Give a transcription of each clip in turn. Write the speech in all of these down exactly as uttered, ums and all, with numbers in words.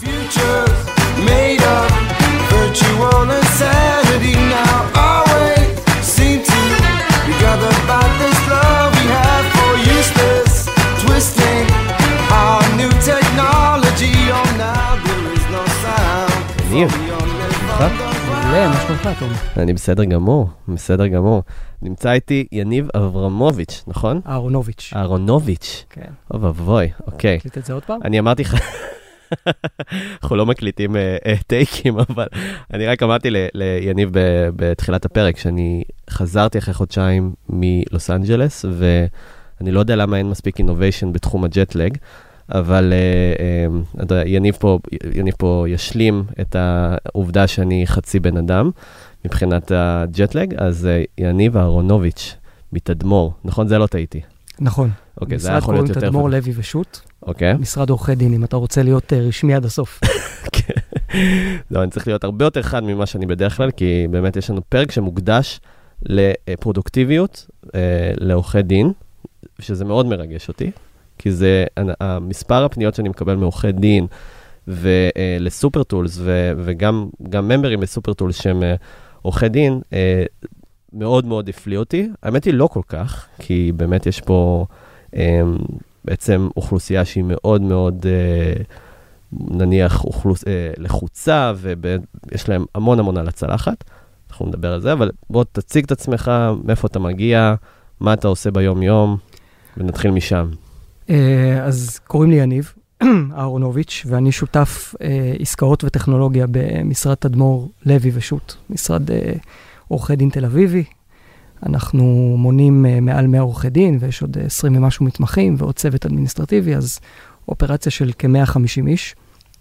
Futures made of virtual insanity now always seem to be gathered about this love we have for useless twisting our new technology on now there is no sound. ניב, לא, מה שלומך, תום? אני בסדר גמור, בסדר גמור. נמצא איתי יניב אברמוביץ', נכון? אהרונוביץ'. אהרונוביץ'. כן. אוי ואבוי, אוקיי. תקליט את זה עוד פעם? אני אמרתי לך, אנחנו לא מקליטים טייקים, אבל אני רק אמרתי ליניב בתחילת הפרק, שאני חזרתי אחרי חודשיים מלוס אנג'לס, ואני לא יודע למה אין מספיק אינוביישן בתחום הג'טלג, אבל יניב פה, יניב פה ישלים את העובדה שאני חצי בן אדם, מבחינת הג'טלג, אז יניב אהרונוביץ' מתדמור, נכון? זה לא טעיתי. נכון. אוקיי, זה יכול להיות יותר... משרד קוראים תדמור לוי ושות. אוקיי. משרד עורכי דין, אם אתה רוצה להיות רשמי עד הסוף. כן. לא, אני צריך להיות הרבה יותר חד ממה שאני בדרך כלל, כי באמת יש לנו פרק שמוקדש לפרודוקטיביות, לעורכי דין, שזה מאוד מרגש אותי, כי זה המספר הפניות שאני מקבל מעורכי דין, ולסופר טולס, וגם ממברים בסופר טולס שהם עורכי דין, מאוד מאוד הפליא אותי. האמת היא לא כל כך, כי באמת יש פה בעצם אוכלוסייה שהיא מאוד מאוד, נניח, לחוצה, ויש להם המון המון על הצלחת. אנחנו נדבר על זה, אבל בוא תציג את עצמך, מאיפה אתה מגיע, מה אתה עושה ביום-יום, ונתחיל משם. אז קוראים לי יניב אהרונוביץ', ואני שותף עסקאות וטכנולוגיה במשרד תדמור לוי ושות, משרד עורכי דין תל אביבי. אנחנו מונים מעל מאה עורכי דין, ויש עוד עשרים ומשהו מתמחים, ועוד צוות אדמיניסטרטיבי, אז אופרציה של כ-מאה וחמישים איש.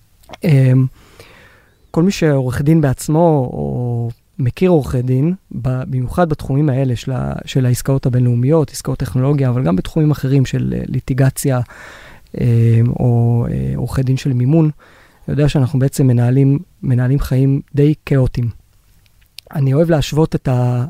כל מי שעורך דין בעצמו, או מכיר עורכי דין, במיוחד בתחומים האלה של, של העסקאות הבינלאומיות, עסקאות טכנולוגיה, אבל גם בתחומים אחרים של ליטיגציה, או עורכי דין של מימון, יודע שאנחנו בעצם מנהלים, מנהלים חיים די כאוטיים. אני אוהב להשוות את, ה,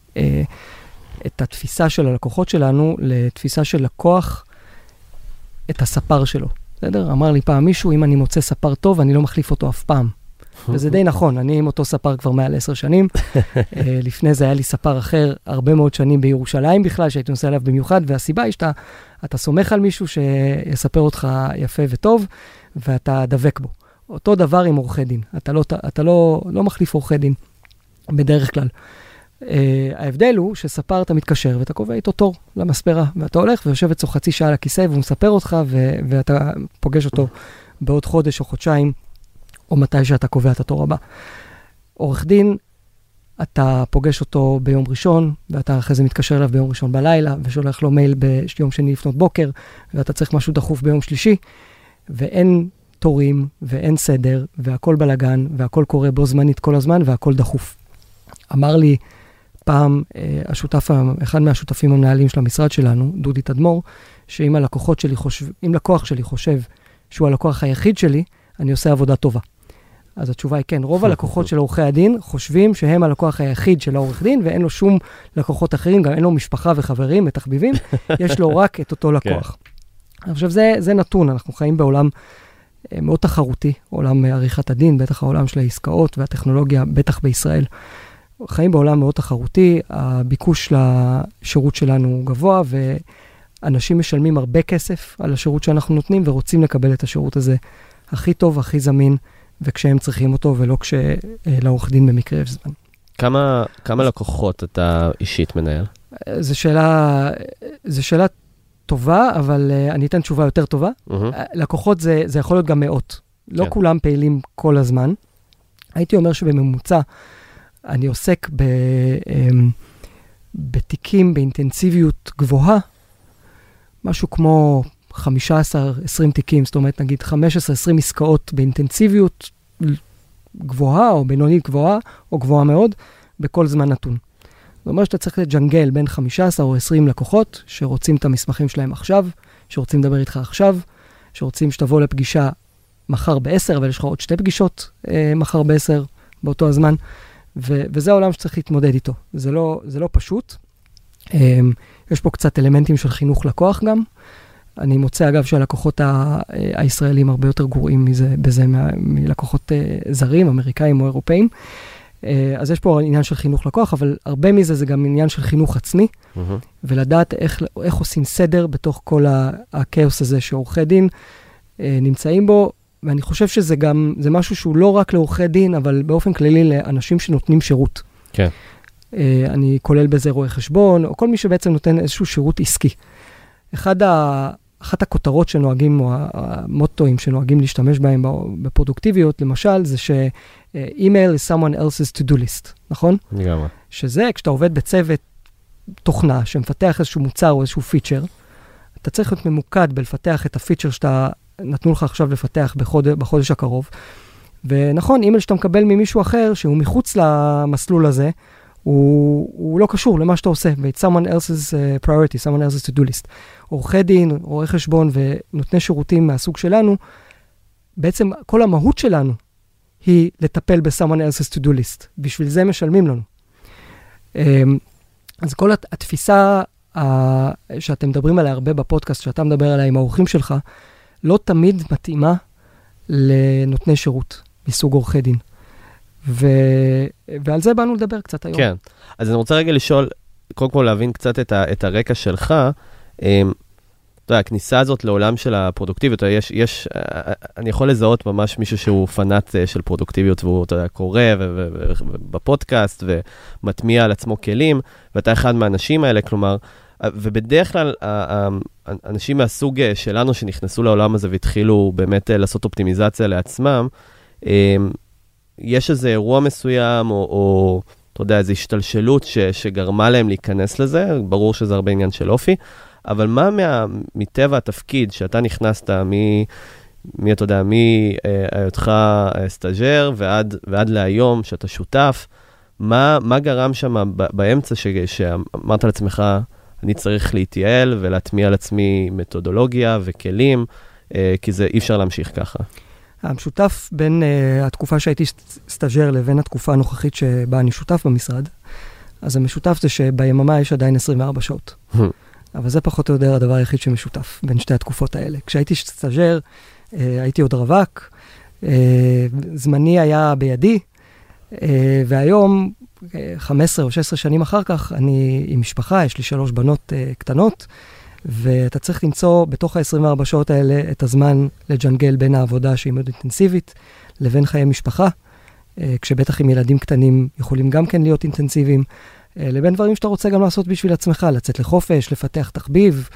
את התפיסה של הלקוחות שלנו לתפיסה של לקוח, את הספר שלו. בסדר? אמר לי פעם מישהו, אם אני מוצא ספר טוב, אני לא מחליף אותו אף פעם. וזה די נכון, אני עם אותו ספר כבר מעל עשר שנים. לפני זה היה לי ספר אחר, הרבה מאוד שנים בירושלים בכלל, שהייתי נוסע אליו במיוחד, והסיבה היא שאתה אתה סומך על מישהו שיספר אותך יפה וטוב, ואתה דבק בו. אותו דבר עם עורכי דין. אתה לא, אתה לא, לא מחליף עורכי דין, בדרך כלל. Uh, ההבדל הוא שספר אתה מתקשר, ואתה קובע איתו תור למספרה, ואתה הולך ויושב אצלו חצי שעה על הכיסא, והוא מספר אותך, ו- ואתה פוגש אותו בעוד חודש או חודשיים, או מתי שאתה קובע את התור הבא. עורך דין, אתה פוגש אותו ביום ראשון, ואתה אחרי זה מתקשר אליו ביום ראשון בלילה, ושולח לו מייל ביום שני לפנות בוקר, ואתה צריך משהו דחוף ביום שלישי, ואין תורים, ואין סדר, והכל בלגן, והכל קורה בו זמנית כל הזמן, והכל דחוף. אמר לי פעם, השותף, אחד מהשותפים המנהלים של המשרד שלנו, דודי תדמור, שאם הלקוחות שלי חושב, אם לקוח שלי חושב שהוא הלקוח היחיד שלי, אני עושה עבודה טובה. אז התשובה היא כן, רוב הלקוחות של עורכי הדין חושבים שהם הלקוח היחיד של העורך דין, ואין לו שום לקוחות אחרים, גם אין לו משפחה וחברים ותחביבים, יש לו רק את אותו לקוח. אני חושב, זה, זה נתון, אנחנו חיים בעולם מאוד תחרותי, עולם עריכת הדין, בטח העולם של העסקאות והטכנולוגיה, בטח בישראל. חיים בעולם מאוד תחרותי, הביקוש לשירות שלנו הוא גבוה, ואנשים משלמים הרבה כסף על השירות שאנחנו נותנים, ורוצים לקבל את השירות הזה הכי טוב, הכי זמין, וכשהם צריכים אותו, ולא כשלעורך דין במקרה יש זמן. כמה, כמה לקוחות אתה אישית מנהל? זו שאלה, זו שאלה טובה, אבל אני אתן תשובה יותר טובה. Mm-hmm. לקוחות זה, זה יכול להיות גם מאות. כן. לא כולם פעילים כל הזמן. הייתי אומר שבממוצע, אני עוסק ב, בתיקים באינטנסיביות גבוהה, משהו כמו חמישה עשר עשרים תיקים, זאת אומרת, נגיד חמש עשרה עשרים עסקאות באינטנסיביות גבוהה, או בינונית גבוהה, או גבוהה מאוד, בכל זמן נתון. זאת אומרת שאתה צריך לג'נגל בין חמישה עשר או עשרים לקוחות, שרוצים את המסמכים שלהם עכשיו, שרוצים לדבר איתך עכשיו, שרוצים שתבוא לפגישה מחר בעשר, אבל יש לך עוד שתי פגישות אה, מחר בעשר, באותו הזמן, ו- וזה העולם שצריך להתמודד איתו. זה לא, זה לא פשוט. אה, יש פה קצת אלמנטים של חינוך לקוח גם, אני מוצא, אגב, שהלקוחות ה- הישראלים הרבה יותר גרועים מזה, בזה מה- מלקוחות אה, זרים, אמריקאים או אירופאים. אה, אז יש פה עניין של חינוך לקוח, אבל הרבה מזה זה גם עניין של חינוך עצמי, Mm-hmm. ולדעת איך, איך עושים סדר בתוך כל ה- הכאוס הזה שעורכי דין אה, נמצאים בו, ואני חושב שזה גם, זה משהו שהוא לא רק לעורכי דין, אבל באופן כללי לאנשים שנותנים שירות. כן. אה, אני כולל בזה רואה חשבון, או כל מי שבעצם נותן איזשהו שירות עסקי. אחד ה... אחת הכותרות שנוהגים, או המוטואים שנוהגים להשתמש בהם בפרודוקטיביות, למשל, זה ש-email is someone else's to-do list, נכון? לגמרי. שזה, כשאתה עובד בצוות תוכנה, שמפתח איזשהו מוצר או איזשהו פיצ'ר, אתה צריך להיות ממוקד בלפתח את הפיצ'ר שאתה נתנו לך עכשיו לפתח בחודש, בחודש הקרוב. ונכון, אימייל שאתה מקבל ממישהו אחר, שהוא מחוץ למסלול הזה, הוא, הוא לא קשור למה שאתה עושה, ו-it's someone else's uh, priority, someone else's to-do list. עורכי דין, עורכי חשבון ונותני שירותים מהסוג שלנו, בעצם כל המהות שלנו היא לטפל ב-someone else's to-do list. בשביל זה משלמים לנו. אז כל התפיסה uh, שאתם מדברים עליה הרבה בפודקאסט, שאתה מדבר עליה עם האורחים שלך, לא תמיד מתאימה לנותני שירות מסוג עורכי דין. ו... ועל זה באנו לדבר קצת היום. כן, אז אני רוצה רגע לשאול, קודם כל להבין קצת את, ה, את הרקע שלך, אתה יודע, הכניסה הזאת לעולם של הפרודוקטיביות, יש, יש, אני יכול לזהות ממש מישהו שהוא פנאט של פרודוקטיביות, והוא, אתה יודע, קורא בפודקאסט, ומטמיע על עצמו כלים, ואתה אחד מהאנשים האלה, כלומר, ובדרך כלל, האנשים מהסוג שלנו שנכנסו לעולם הזה, והתחילו באמת לעשות אופטימיזציה לעצמם, יש איזה אירוע מסוים, או, או אתה יודע, איזו השתלשלות ש, שגרמה להם להיכנס לזה, ברור שזה הרבה עניין של אופי, אבל מה מה, מטבע התפקיד שאתה נכנסת, מי, מי אתה יודע, מהיותך סטאג'ר ועד, ועד להיום שאתה שותף, מה, מה גרם שם באמצע ש, שאמרת לעצמך, אני צריך להתייעל ולהטמיע על עצמי מתודולוגיה וכלים, כי זה אי אפשר להמשיך ככה. המשותף בין uh, התקופה שהייתי סטאג'ר לבין התקופה הנוכחית שבה אני שותף במשרד, אז המשותף זה שביממה יש עדיין עשרים וארבע שעות. אבל זה פחות או יותר הדבר היחיד שמשותף בין שתי התקופות האלה. כשהייתי סטאג'ר, uh, הייתי עוד רווק, uh, זמני היה בידי, uh, והיום, uh, חמש עשרה או שש עשרה שנים אחר כך, אני עם משפחה, יש לי שלוש בנות uh, קטנות, ואתה צריך למצוא בתוך ה-עשרים וארבע שעות האלה את הזמן לג'נגל בין העבודה שהיא מאוד אינטנסיבית, לבין חיי משפחה, כשבטח עם ילדים קטנים יכולים גם כן להיות אינטנסיביים, לבין דברים שאתה רוצה גם לעשות בשביל עצמך, לצאת לחופש, לפתח תחביב,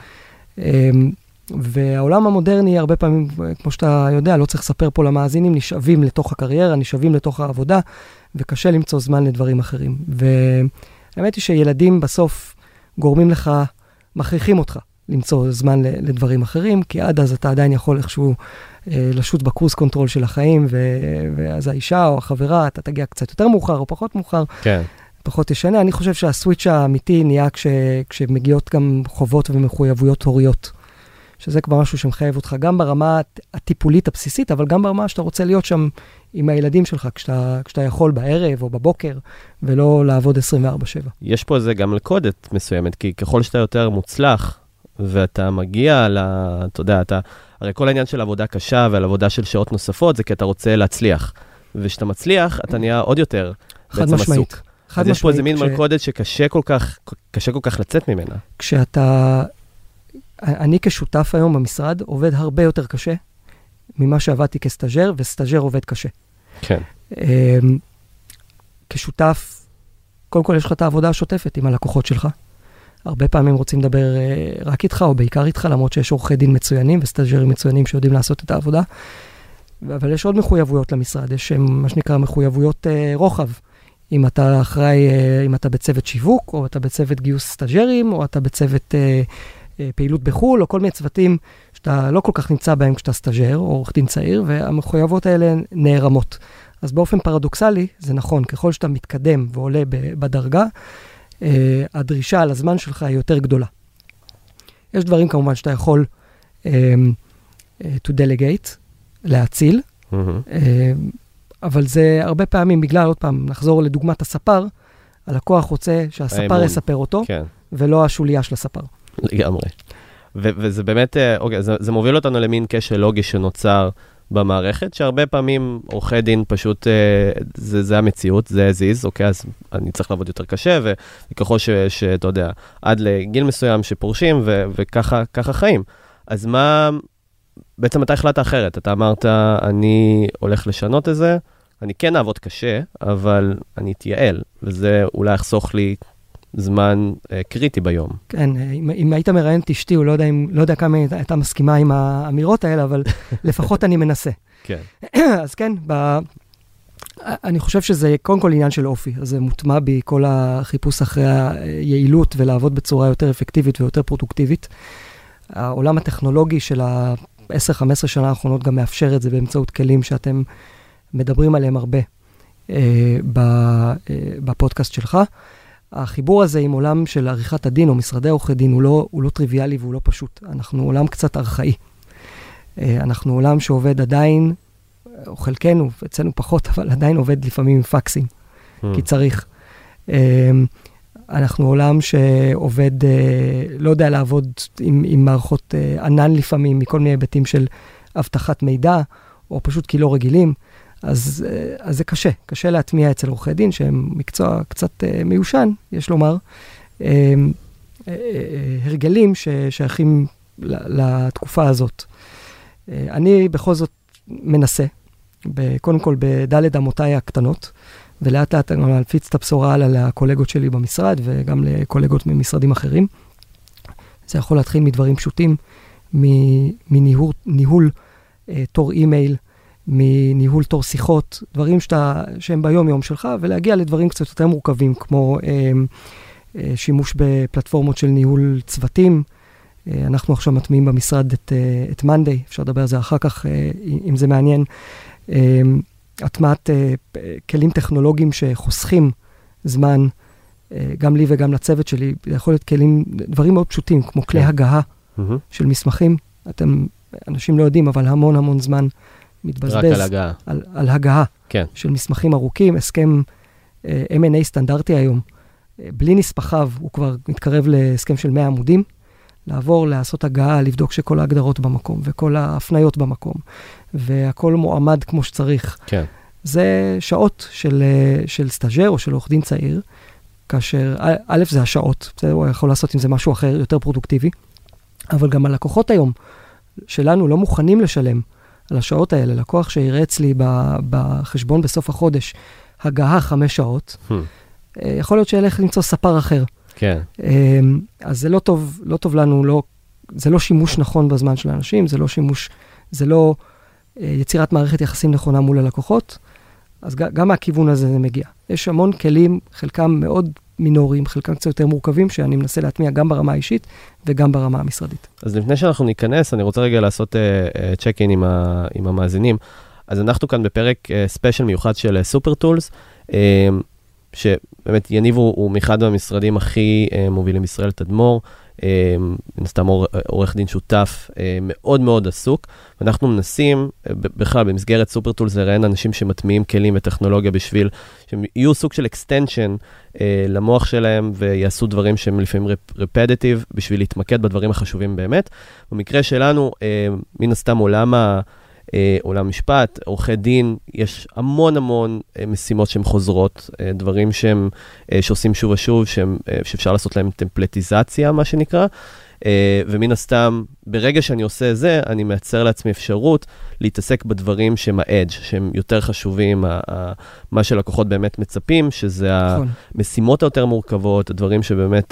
והעולם המודרני הרבה פעמים, כמו שאתה יודע, לא צריך לספר פה למאזינים, נשאבים לתוך הקריירה, נשאבים לתוך העבודה, וקשה למצוא זמן לדברים אחרים. והאמת היא שילדים בסוף גורמים לך, מכריחים אותך למצוא זמן לדברים אחרים, כי עד אז אתה עדיין יכול איכשהו אה, לשוט בקרוס קונטרול של החיים, ו- ואז האישה או החברה, אתה תגיע קצת יותר מאוחר או פחות מאוחר, כן. פחות ישנה. אני חושב שהסוויץ' האמיתי נהיה כש- כשמגיעות גם חובות ומחויבויות הוריות, שזה כבר משהו שמחייב אותך גם ברמה הטיפולית הבסיסית, אבל גם ברמה שאתה רוצה להיות שם עם הילדים שלך, כשאתה, כשאתה יכול בערב או בבוקר, ולא לעבוד עשרים וארבע שבע. יש פה איזה גם לקודת מסוימת, כי ככל שאתה יותר מוצלח, ואתה מגיע ל... אתה יודע, אתה... הרי כל העניין של עבודה קשה ועל עבודה של שעות נוספות, זה כי אתה רוצה להצליח. וכשאתה מצליח, אתה נהיה עוד יותר בעצם משמעית. עסוק. חד אז משמעית. יש פה איזה מין כש... מלכודת שקשה כל כך, קשה כל כך לצאת ממנה. כשאתה... אני כשותף היום במשרד עובד הרבה יותר קשה ממה שעבדתי כסטאג'ר, וסטאג'ר עובד קשה. כן. כשותף, קודם כל יש לך את העבודה השוטפת עם הלקוחות שלך. הרבה פעמים רוצים לדבר רק איתך או בעיקר איתך, למרות שיש עורכי דין מצוינים וסטאג'רים מצוינים שיודעים לעשות את העבודה. אבל יש עוד מחויבויות למשרד, יש מה שנקרא מחויבויות רוחב. אם אתה אחראי, אם אתה בצוות שיווק, או אתה בצוות גיוס סטאג'רים, או אתה בצוות פעילות בחול, או כל מיני צוותים שאתה לא כל כך נמצא בהם כשאתה סטאג'ר, או עורך דין צעיר, והמחויבות האלה נערמות. אז באופן פרדוקסלי, זה נכון, ככל שאתה מתקדם ועולה בדרגה, הדרישה על הזמן שלך היא יותר גדולה. יש דברים כמובן שאתה יכול um, to delegate, להציל, mm-hmm. uh, אבל זה הרבה פעמים, בגלל עוד פעם, נחזור לדוגמת הספר, הלקוח רוצה שהספר יספר אותו, כן. ולא השוליה של הספר. לגמרי. ו- וזה באמת, אוקיי, זה, זה מוביל אותנו למין קשר לוגי שנוצר במערכת, שהרבה פעמים עורכי דין פשוט, זה, זה המציאות, זה זיז, אוקיי, אז אני צריך לעבוד יותר קשה, ו- וככל ש- שאתה יודע, עד לגיל מסוים שפורשים, ו- וככה ככה חיים. אז מה, בעצם אתה החלטת אחרת, אתה אמרת, אני הולך לשנות את זה, אני כן אעבוד קשה, אבל אני אתייעל, וזה אולי יחסוך לי זמן אה, קריטי ביום. כן, אם, אם היית מראיין את אשתי, הוא לא יודע, אם, לא יודע כמה הייתה מסכימה עם האמירות האלה, אבל לפחות אני מנסה. כן. אז כן, ב... אני חושב שזה קודם כל עניין של אופי, אז זה מוטמע בי כל החיפוש אחרי היעילות ולעבוד בצורה יותר אפקטיבית ויותר פרודוקטיבית. העולם הטכנולוגי של ה-עשר חמש עשרה שנה האחרונות גם מאפשר את זה באמצעות כלים שאתם מדברים עליהם הרבה אה, בפודקאסט שלך. החיבור הזה עם עולם של עריכת הדין או משרדי עורכי דין הוא לא, הוא לא טריוויאלי והוא לא פשוט. אנחנו עולם קצת ארכאי. אנחנו עולם שעובד עדיין, או חלקנו, אצלנו פחות, אבל עדיין עובד לפעמים עם פקסים, hmm. כי צריך. אנחנו עולם שעובד, לא יודע לעבוד עם, עם מערכות ענן לפעמים, מכל מיני היבטים של הבטחת מידע, או פשוט כי לא רגילים. אז, אז זה קשה, קשה להטמיע אצל עורכי דין, שהם מקצוע קצת uh, מיושן, יש לומר, uh, uh, uh, הרגלים ששייכים לתקופה הזאת. Uh, אני בכל זאת מנסה, קודם כל בדלת אמותיי הקטנות, ולאט לאט אני אלפיץ את הבשורה הלאה לקולגות שלי במשרד, וגם לקולגות ממשרדים אחרים. זה יכול להתחיל מדברים פשוטים, מניהול ניהול, uh, תור אימייל, מניהול תור שיחות, דברים שאתה, שהם ביום יום שלך, ולהגיע לדברים קצת יותר מורכבים, כמו אה, אה, שימוש בפלטפורמות של ניהול צוותים. אה, אנחנו עכשיו מטמיעים במשרד את, אה, את Monday, אפשר לדבר על זה אחר כך, אה, אם זה מעניין. אה, הטמעת אה, כלים טכנולוגיים שחוסכים זמן, אה, גם לי וגם לצוות שלי, יכול להיות כלים, דברים מאוד פשוטים, כמו כלי הגהה mm-hmm. של מסמכים. אתם, אנשים לא יודעים, אבל המון המון זמן מתבזבז. רק על הגעה. על, על הגעה. כן. של מסמכים ארוכים, הסכם uh, אם אנד איי סטנדרטי היום. Uh, בלי נספחיו, הוא כבר מתקרב להסכם של מאה עמודים, לעבור, לעשות הגעה, לבדוק שכל ההגדרות במקום, וכל ההפניות במקום, והכל מועמד כמו שצריך. כן. זה שעות של, uh, של סטאז'ר או של עורך דין צעיר, כאשר, א', זה השעות, זה, הוא יכול לעשות עם זה משהו אחר, יותר פרודוקטיבי, אבל גם הלקוחות היום שלנו לא מוכנים לשלם על השעות האלה. לקוח שיראה אצלי בחשבון בסוף החודש, הגעה חמש שעות, hmm. יכול להיות שילך למצוא ספר אחר. כן. אז זה לא טוב, לא טוב לנו, לא, זה לא שימוש נכון בזמן של האנשים, זה לא שימוש, זה לא יצירת מערכת יחסים נכונה מול הלקוחות, אז גם מהכיוון הזה זה מגיע. יש המון כלים, חלקם מאוד מינוריים, חלקם קצת יותר מורכבים, שאני מנסה להטמיע גם ברמה האישית וגם ברמה המשרדית. אז לפני שאנחנו ניכנס, אני רוצה רגע לעשות צ'ק-אין עם, עם המאזינים. אז אנחנו כאן בפרק ספיישל מיוחד של סופר טולס, שבאמת יניב הוא מאחד מהמשרדים הכי מובילים בישראל, תדמור, נסתם עורך דין שותף מאוד מאוד עסוק, ואנחנו מנסים, בכלל במסגרת סופר טולס, לראיין אנשים שמטמיעים כלים וטכנולוגיה בשביל שהם יהיו סוג של אקסטנשן למוח שלהם, ויעשו דברים שהם לפעמים רפדיטיב, בשביל להתמקד בדברים החשובים באמת. במקרה שלנו, מן הסתם עולם ה... עולם משפט, עורכי דין, יש המון המון משימות שהן חוזרות, דברים שהם, שעושים שוב ושוב, שהם, שאפשר לעשות להם טמפלטיזציה, מה שנקרא, ומן הסתם, ברגע שאני עושה זה, אני מייצר לעצמי אפשרות להתעסק בדברים שהם האדג', שהם יותר חשובים, מה שלקוחות באמת מצפים, שזה המשימות היותר מורכבות, הדברים שבאמת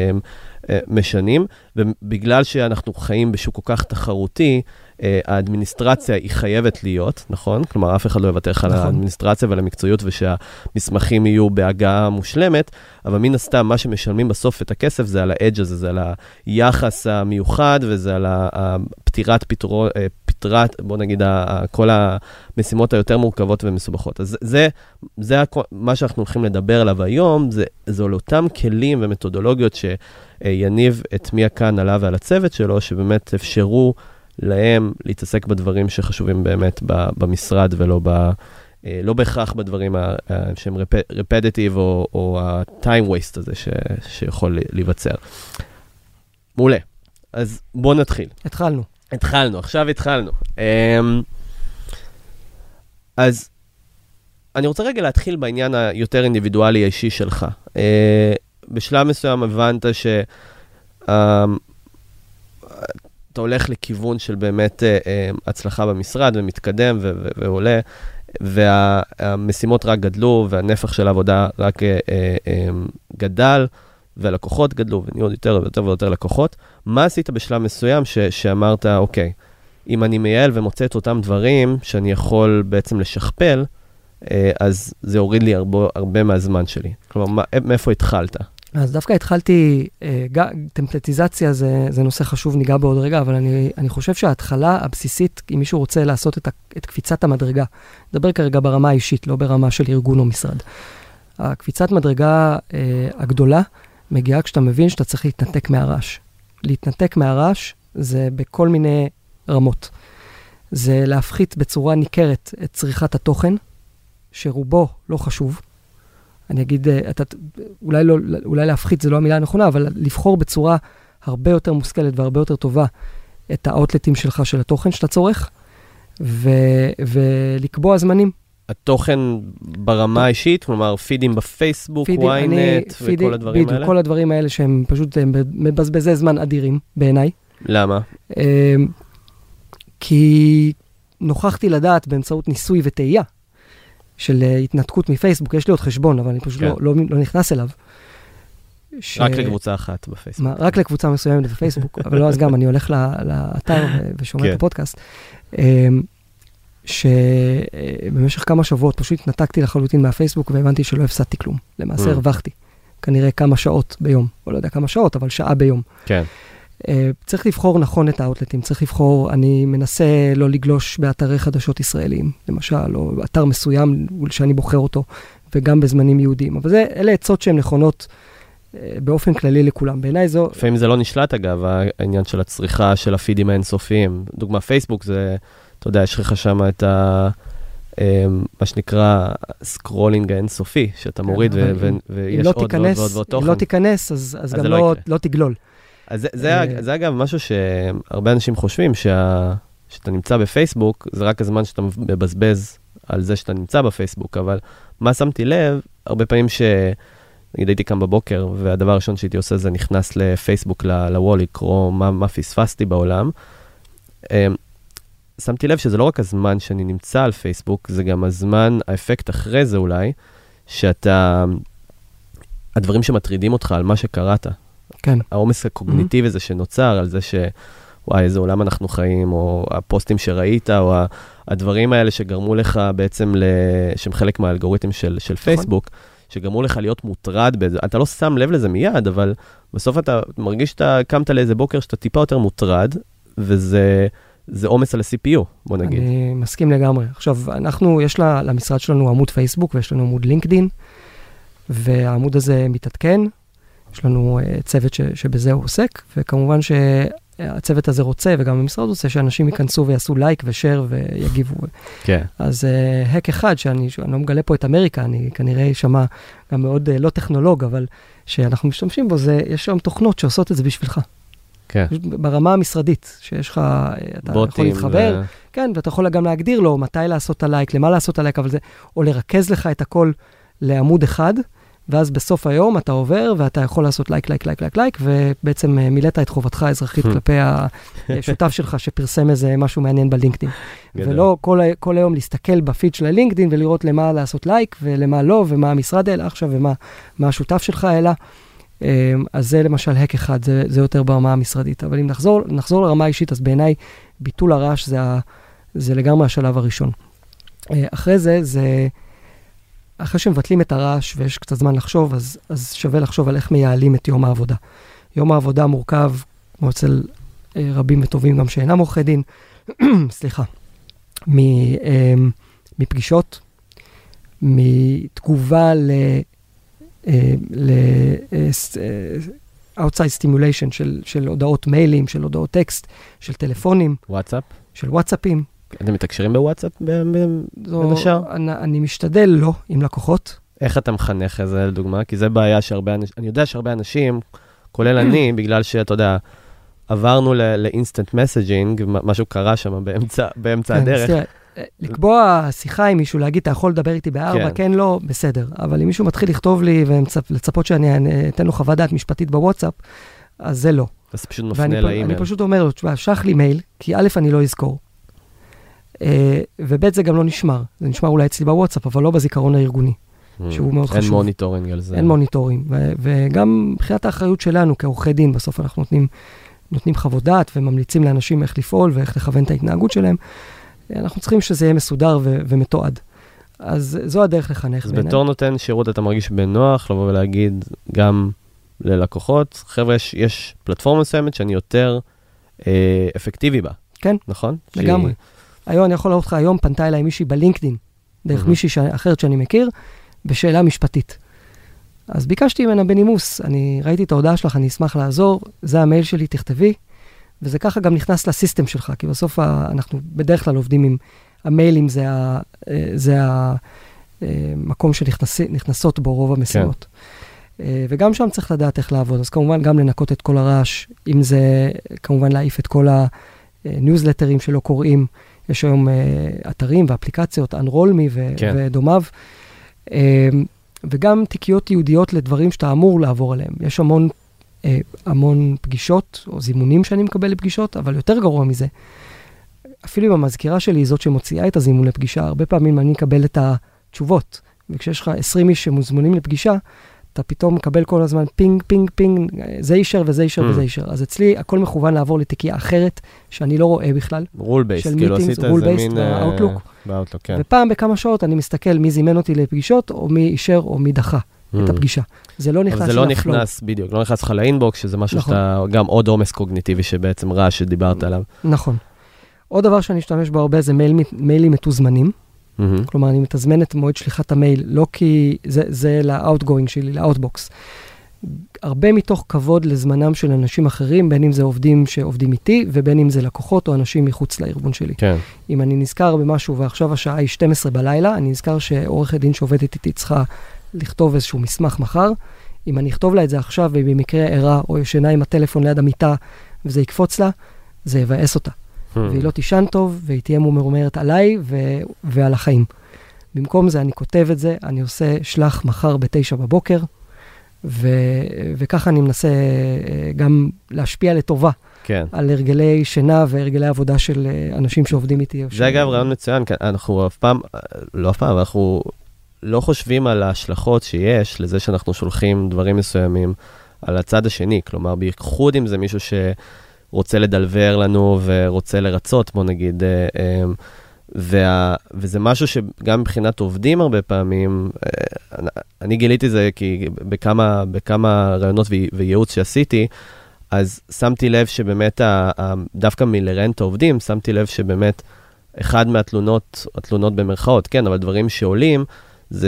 משנים, ובגלל שאנחנו חיים בשוק כל כך תחרותי, האדמיניסטרציה היא חייבת להיות, נכון? כלומר, אף אחד לא יוותר לך על האדמיניסטרציה ועל המקצועיות, ושהמסמכים יהיו בהגעה מושלמת, אבל מן הסתם, מה שמשלמים בסוף את הכסף, זה על האדג' הזה, זה על היחס המיוחד, וזה על הפתירת פתרו, פתרת, בוא נגיד, כל המשימות היותר מורכבות ומסובכות. אז זה, זה מה שאנחנו הולכים לדבר עליו היום, זה, זה על אותם כלים ומתודולוגיות שיניב הטמיע כאן עליו ועל הצוות שלו, שבאמת אפשרו להם להתעסק בדברים שחשובים באמת במשרד, ולא ב, לא בהכרח בדברים שהם repetitive או, או ה-time waste הזה ש, שיכול להיווצר. מעולה. אז בוא נתחיל. התחלנו. התחלנו, עכשיו התחלנו. אז אני רוצה רגע להתחיל בעניין היותר אינדיבידואלי האישי שלך. בשלב מסוים הבנת שאתה הולך לכיוון של באמת הצלחה במשרד ומתקדם ועולה, והמשימות רק גדלו, והנפח של העבודה רק גדל, והלקוחות גדלו, ונהיו יותר ויותר ויותר לקוחות. מה עשית בשלב מסוים ש- שאמרת, אוקיי, אם אני מייעל ומוצא את אותם דברים שאני יכול בעצם לשכפל, אז זה הוריד לי הרבה, הרבה מהזמן שלי. כלומר, מה, מאיפה התחלת? אז דווקא התחלתי, טמפלטיזציה זה, זה נושא חשוב, ניגע בעוד רגע, אבל אני, אני חושב שההתחלה הבסיסית, אם מישהו רוצה לעשות את, את קפיצת המדרגה, נדבר כרגע ברמה האישית, לא ברמה של ארגון או משרד. הקפיצת מדרגה אה, הגדולה מגיעה כשאתה מבין שאתה צריך להתנתק מהרעש. להתנתק מהרעש זה בכל מיני רמות. זה להפחית בצורה ניכרת את צריכת התוכן, שרובו לא חשוב. אני אגיד, אתה, אולי, לא, אולי להפחית זה לא המילה הנכונה, אבל לבחור בצורה הרבה יותר מושכלת והרבה יותר טובה את האוטלטים שלך של התוכן שאתה צורך, ו, ולקבוע זמנים. התוכן ברמה האישית, כלומר פידים בפייסבוק, וויינט וכל הדברים האלה? בדיוק, כל הדברים האלה שהם פשוט מבזבזי זמן אדירים בעיניי. למה? כי נוכחתי לדעת באמצעות ניסוי וטעייה, של התנתקות מפייסבוק, יש לי עוד חשבון, אבל אני פשוט כן. לא, לא, לא נכנס אליו. ש... רק לקבוצה אחת בפייסבוק. מה, רק לקבוצה מסוימת בפייסבוק, אבל לא, אז גם אני הולך לאתר ושומע כן. את הפודקאסט, שבמשך כמה שבועות פשוט התנתקתי לחלוטין מהפייסבוק, והבנתי שלא הפסדתי כלום. למעשה הרווחתי. כנראה כמה שעות ביום, או לא יודע כמה שעות, אבל שעה ביום. כן. צריך לבחור נכון את האוטלטים, צריך לבחור, אני מנסה לא לגלוש באתרי חדשות ישראלים, למשל, או אתר מסוים שאני בוחר אותו, וגם בזמנים יהודיים. אבל זה, אלה עצות שהן נכונות באופן כללי לכולם. בעיניי זו... לפעמים זה לא נשלט, אגב, העניין של הצריכה של הפידים האינסופיים. דוגמה, פייסבוק זה, אתה יודע, יש לך שם את ה... מה שנקרא סקרולינג האינסופי, שאתה מוריד ויש עוד ועוד ועוד תוכן. אם לא תיכנס, אז גם לא תגלול. אז זה, זה, זה אגב משהו שהרבה אנשים חושבים, שה, שאתה נמצא בפייסבוק, זה רק הזמן שאתה מבזבז על זה שאתה נמצא בפייסבוק, אבל מה שמתי לב, הרבה פעמים ש... נגיד הייתי כאן בבוקר, והדבר הראשון שהייתי עושה זה נכנס לפייסבוק, לוול, לקרוא מה, מה פספסתי בעולם. שמתי לב שזה לא רק הזמן שאני נמצא על פייסבוק, זה גם הזמן, האפקט אחרי זה אולי, שאתה, הדברים שמטרידים אותך על מה שקראת. כן. העומס הקוגניטיבי הזה שנוצר על זה ש... וואי, איזה עולם אנחנו חיים, או הפוסטים שראית, או הדברים האלה שגרמו לך בעצם, שהם חלק מהאלגוריתם של, של פייסבוק, שגרמו לך להיות מוטרד באיזה, אתה לא שם לב לזה מיד, אבל בסוף אתה מרגיש שאתה קמת לאיזה בוקר שאתה טיפה יותר מוטרד, וזה זה עומס על ה-סי פי יו, בוא נגיד. אני מסכים לגמרי. עכשיו, אנחנו, יש לה, למשרד שלנו עמוד פייסבוק, ויש לנו עמוד לינקדין, והעמוד הזה מתעדכן, יש לנו uh, צוות ש, שבזה הוא עוסק, וכמובן שהצוות הזה רוצה, וגם המשרד רוצה, שאנשים ייכנסו ויעשו לייק ושאר ויגיבו. כן. אז uh, הק אחד, שאני, שאני לא מגלה פה את אמריקה, אני כנראה שמע גם מאוד uh, לא טכנולוג, אבל שאנחנו משתמשים בו, זה, יש שם תוכנות שעושות את זה בשבילך. כן. ברמה המשרדית, שיש לך, אתה יכול להתחבר, ו... כן, ואתה יכול גם להגדיר לו מתי לעשות את הלייק, למה לעשות את הלייק, אבל זה, או לרכז לך את הכל לעמוד אחד, ואז בסוף היום אתה עובר, ואתה יכול לעשות לייק, לייק, לייק, לייק, לייק, ובעצם מילאת את חובתך האזרחית כלפי השותף שלך, שפרסם איזה משהו מעניין בלינקדין. ולא כל, כל היום להסתכל בפיד של הלינקדין, ולראות למה לעשות לייק, ולמה לא, ומה המשרד אלה עכשיו, ומה מה השותף שלך אלה. אז זה למשל הק אחד, זה, זה יותר ברמה המשרדית. אבל אם נחזור, נחזור לרמה האישית, אז בעיניי ביטול הרעש זה, זה לגמרי השלב הראשון. אחרי זה, זה... אחרי שמבטלים את הרעש ויש קצת זמן לחשוב, אז, אז שווה לחשוב על איך מייעלים את יום העבודה. יום העבודה מורכב, כמו אצל אה, רבים וטובים גם שאינם עורכי דין, סליחה, מ, אה, מפגישות, מתגובה ל... אה, ל אה, אה, outside stimulation של, של הודעות מיילים, של הודעות טקסט, של טלפונים. וואטסאפ? של וואטסאפים. אתם מתקשרים בוואטסאפ בין השאר? אני, אני משתדל לא עם לקוחות. איך אתה מחנך את זה לדוגמה? כי זה בעיה שהרבה אנשים, אני יודע שהרבה אנשים, כולל אני, בגלל שאתה יודע, עברנו לאינסטנט מסג'ינג, משהו קרה שם באמצע הדרך. לקבוע שיחה עם מישהו, להגיד, אתה יכול לדבר איתי בארבע, כן, לא, בסדר. אבל אם מישהו מתחיל לכתוב לי ולצפות שאני אתן לו חוות דעת משפטית בוואטסאפ, אז זה לא. אז פשוט מפנה לאימייל. אני פשוט אומר לו, שלח לי מייל, כי א', אני לא אזכור. וב' זה גם לא נשמר. זה נשמר אולי אצלי בוואטסאפ, אבל לא בזיכרון הארגוני, שהוא מאוד חשוב. אין מוניטורינג על זה. אין מוניטורינג. וגם מבחינת האחריות שלנו, כעורכי דין, בסוף אנחנו נותנים, נותנים חוות דעת וממליצים לאנשים איך לפעול ואיך לכוון את ההתנהגות שלהם. אנחנו צריכים שזה יהיה מסודר ו- ומתועד. אז זו הדרך לחנך. אז בתור נותן שירות אתה מרגיש בנוח לבוא ולהגיד גם ללקוחות, חבר'ה, יש, יש פלטפורמה מסוימת שאני יותר אה, אפקטיבי בה. כן. נכון? לגמרי. שהיא... היום אני יכול לראות לך, היום פנתה אליי מישהי בלינקדין, דרך mm-hmm. מישהי ש... אחרת שאני מכיר, בשאלה משפטית. אז ביקשתי ממנה בנימוס, אני ראיתי את ההודעה שלך, אני אשמח לעזור, זה המייל שלי, תכתבי, וזה ככה גם נכנס לסיסטם שלך, כי בסוף אנחנו בדרך כלל עובדים עם המיילים, זה, ה, זה המקום שנכנסות בו רוב המשימות. כן. וגם שם צריך לדעת איך לעבוד, אז כמובן גם לנקות את כל הרעש, אם זה כמובן להעיף את כל הניוזלטרים שלא קוראים, יש היום אתרים ואפליקציות, אנרולמי ו- כן. ודומיו, וגם תיקיות יהודיות לדברים שאתה אמור לעבור עליהם. יש המון המון פגישות, או זימונים שאני מקבל לפגישות, אבל יותר גרוע מזה. אפילו אם המזכירה שלי היא זאת שמוציאה את הזימון לפגישה, הרבה פעמים אני אקבל את התשובות. וכשיש לך עשרים איש שמוזמנים לפגישה, אתה פתאום מקבל כל הזמן פינג, פינג, פינג, זה אישר וזה אישר וזה אישר. אז אצלי הכל מכוון לעבור לתיקייה אחרת, שאני לא רואה בכלל. רול בייסט, כאילו עשית איזה מין באוטלוק, כן. ופעם בכמה שעות אני מסתכל מי זימן אותי לפגישות, או מי אישר או מי דחה. את הפגישה. זה לא נכנס אבל זה לא נכנס, בדיוק, לא נכנס לך לאינבוקס, שזה משהו שאתה, גם עוד עומס קוגניטיבי שבעצם רע שדיברת עליו. נכון. עוד דבר שאני אשתמש בו הרבה זה מיילים מתוזמנים. כלומר, אני מתזמן את מועד שליחת המייל, לא כי זה לאוטגוינג שלי, לאוטבוקס. הרבה מתוך כבוד לזמנם של אנשים אחרים, בין אם זה עובדים שעובדים איתי, ובין אם זה לקוחות או אנשים מחוץ לארגון שלי. כן. אם אני נזכר במשהו, ועכשיו השעה היא שתים עשרה בלילה, אני נזכר שעורכת דין שעובדת איתי צריכה לכתוב איזשהו מסמך מחר, אם אני אכתוב לה את זה עכשיו, ובמקרה ערה או ישנה עם הטלפון ליד המיטה, וזה יקפוץ לה, זה יבאס אותה. Hmm. והיא לא תישן טוב, והיא תהיה מומרומרת עליי ו- ועל החיים. במקום זה אני כותב את זה, אני עושה שלח מחר בתשע בבוקר, ו- וככה אני מנסה גם להשפיע לטובה. כן. על הרגלי שינה והרגלי עבודה של אנשים שעובדים איתי. זה אגב רעיון מצוין, אנחנו אף פעם, לא אף פעם, אנחנו לא חושבים על ההשלכות שיש לזה שאנחנו שולחים דברים מסוימים על הצד השני, כלומר, בייחוד אם זה מישהו שרוצה לדלבר לנו ורוצה לרצות, בוא נגיד, וה, וזה משהו שגם מבחינת עובדים הרבה פעמים, אני גיליתי זה כי בכמה, בכמה רעיונות וייעוץ שעשיתי, אז שמתי לב שבאמת, דווקא מלרנט העובדים, שמתי לב שבאמת אחד מהתלונות, התלונות במרכאות, כן, אבל דברים שעולים, זה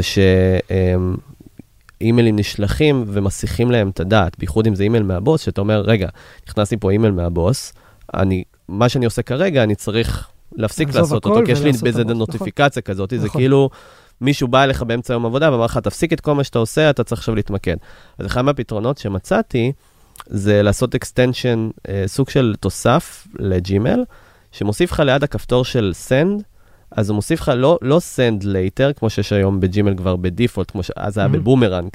שאימיילים נשלחים ומסיכים להם את הדעת, בייחוד אם זה אימייל מהבוס, שאתה אומר, רגע, נכנסתי פה אימייל מהבוס, אני, מה שאני עושה כרגע, אני צריך להפסיק לעשות אותו, כי יש לי באיזה נוטיפיקציה כזאת, זה כאילו מישהו בא אליך באמצע יום עבודה, ואמר לך, תפסיק את כל מה שאתה עושה, אתה צריך עכשיו להתמקד. אז אחד מהפתרונות שמצאתי, זה לעשות extension, סוג של תוסף לג'ימייל, שמוסיף לך ליד הכפתור של send, אז הוא מוסיף לך לא, לא send later, כמו שיש היום בג'ימייל כבר בדיפולט, כמו שאז היה בבומרנג,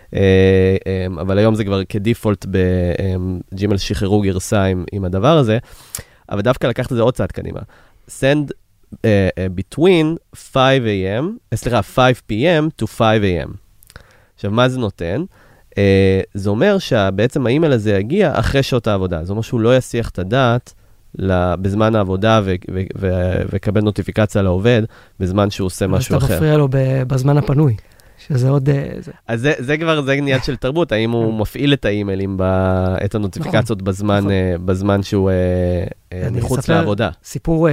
אבל היום זה כבר כדיפולט בג'ימייל שחררו גרסה עם, עם הדבר הזה, אבל דווקא לקחת את זה עוד צעד קדימה. send uh, uh, between five a m, סליחה, five p m to five a m. עכשיו, מה זה נותן? Uh, זה אומר שבעצם האימייל הזה יגיע אחרי שעות העבודה. זה אומר שהוא לא יסיח את הדעת בזמן העבודה וקבל נוטיפיקציה לעובד בזמן שהוא עושה משהו אחר. אז אתה מפריע לו בזמן הפנוי, שזה עוד... אז זה, זה כבר, זה עניין של תרבות, האם הוא מפעיל את האימיילים, את הנוטיפיקציות בזמן, בזמן שהוא מחוץ לעבודה. סיפור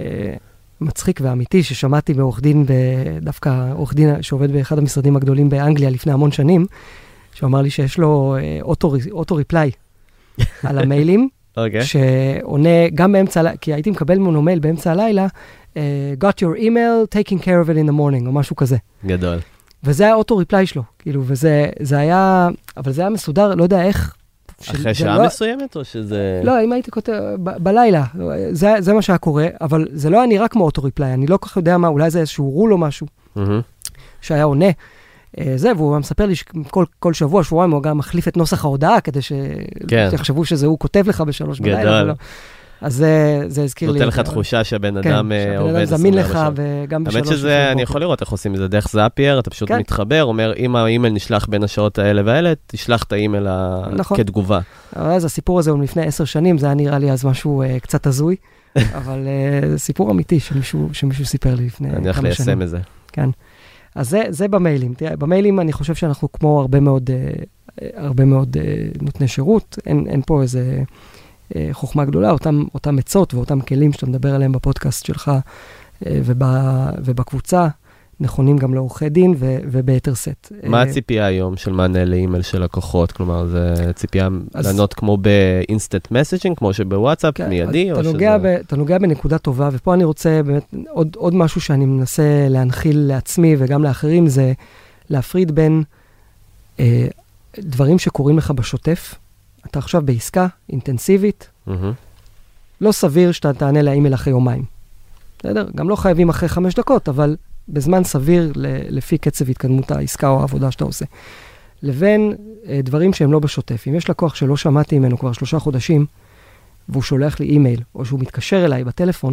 מצחיק ואמיתי ששמעתי מעורך דין, דווקא עורך דין שעובד באחד המשרדים הגדולים באנגליה לפני המון שנים, שהוא אמר לי שיש לו אוטו-ריפליי על המיילים, Okay. שעונה גם באמצע, כי הייתי מקבל ממנו מייל באמצע הלילה, uh, got your email, taking care of it in the morning, או משהו כזה. גדול. וזה היה אוטו-ריפליי שלו, כאילו, וזה זה היה, אבל זה היה מסודר, לא יודע איך אחרי שעה לא, מסוימת, או שזה... לא, אם הייתי כותב, ב- בלילה, זה, זה מה שהיה קורה, אבל זה לא היה נראה כמו אוטו-ריפליי, אני לא כל כך יודע מה, אולי זה איזשהו רול או משהו, Mm-hmm. שהיה עונה. זה, והוא מספר לי שכל כל שבוע, שבועיים, הוא גם מחליף את נוסח ההודעה, כדי שיחשבו שזה הוא כותב לך בשלוש בלילה. גדול. אז זה, זה הזכיר לי... נותן לך תחושה שהבן אדם עובד... שהבן אדם זמין לך וגם בשלוש... האמת שזה, אני יכול לראות איך עושים את זה דרך זאפייר, אתה פשוט מתחבר, אומר, אם האימייל נשלח בין השעות האלה והאלה, תשלח את האימייל כתגובה. אז הסיפור הזה הוא לפני עשר שנים, זה היה נראה לי אז משהו קצת הזוי, אבל סיפור אמיתי שמישהו סיפר לי לפני כמה שנים. אני הולך ליישם את זה. כן. אז זה, זה במיילים. תראה, במיילים אני חושב שאנחנו כמו הרבה מאוד, הרבה מאוד נותני שירות. אין, אין פה איזה חוכמה גדולה. אותם, אותם עצות ואותם כלים שאתה מדבר עליהם בפודקאסט שלך ובא, ובקבוצה, נכונים גם לעורכי דין ו, וביתר סט. מה הציפייה היום של מענה לאימייל של לקוחות? כלומר, זה ציפייה לענות כמו באינסטנט מסג'ינג, כמו שבוואטסאפ, כן, מיידי? אתה, נוגע ב, אתה נוגע בנקודה טובה, ופה אני רוצה באמת, עוד, עוד משהו שאני מנסה להנחיל לעצמי וגם לאחרים, זה להפריד בין אה, דברים שקורים לך בשוטף. אתה עכשיו בעסקה אינטנסיבית, mm-hmm. לא סביר שאתה תענה לאימייל אחרי יומיים. בסדר? גם לא חייבים אחרי חמש דקות, אבל בזמן סביר לפי קצב התקדמות העסקה או העבודה שאתה עושה. לבין אה, דברים שהם לא בשוטף. אם יש לקוח שלא שמעתי ממנו כבר שלושה חודשים, והוא שולח לי אימייל, או שהוא מתקשר אליי בטלפון,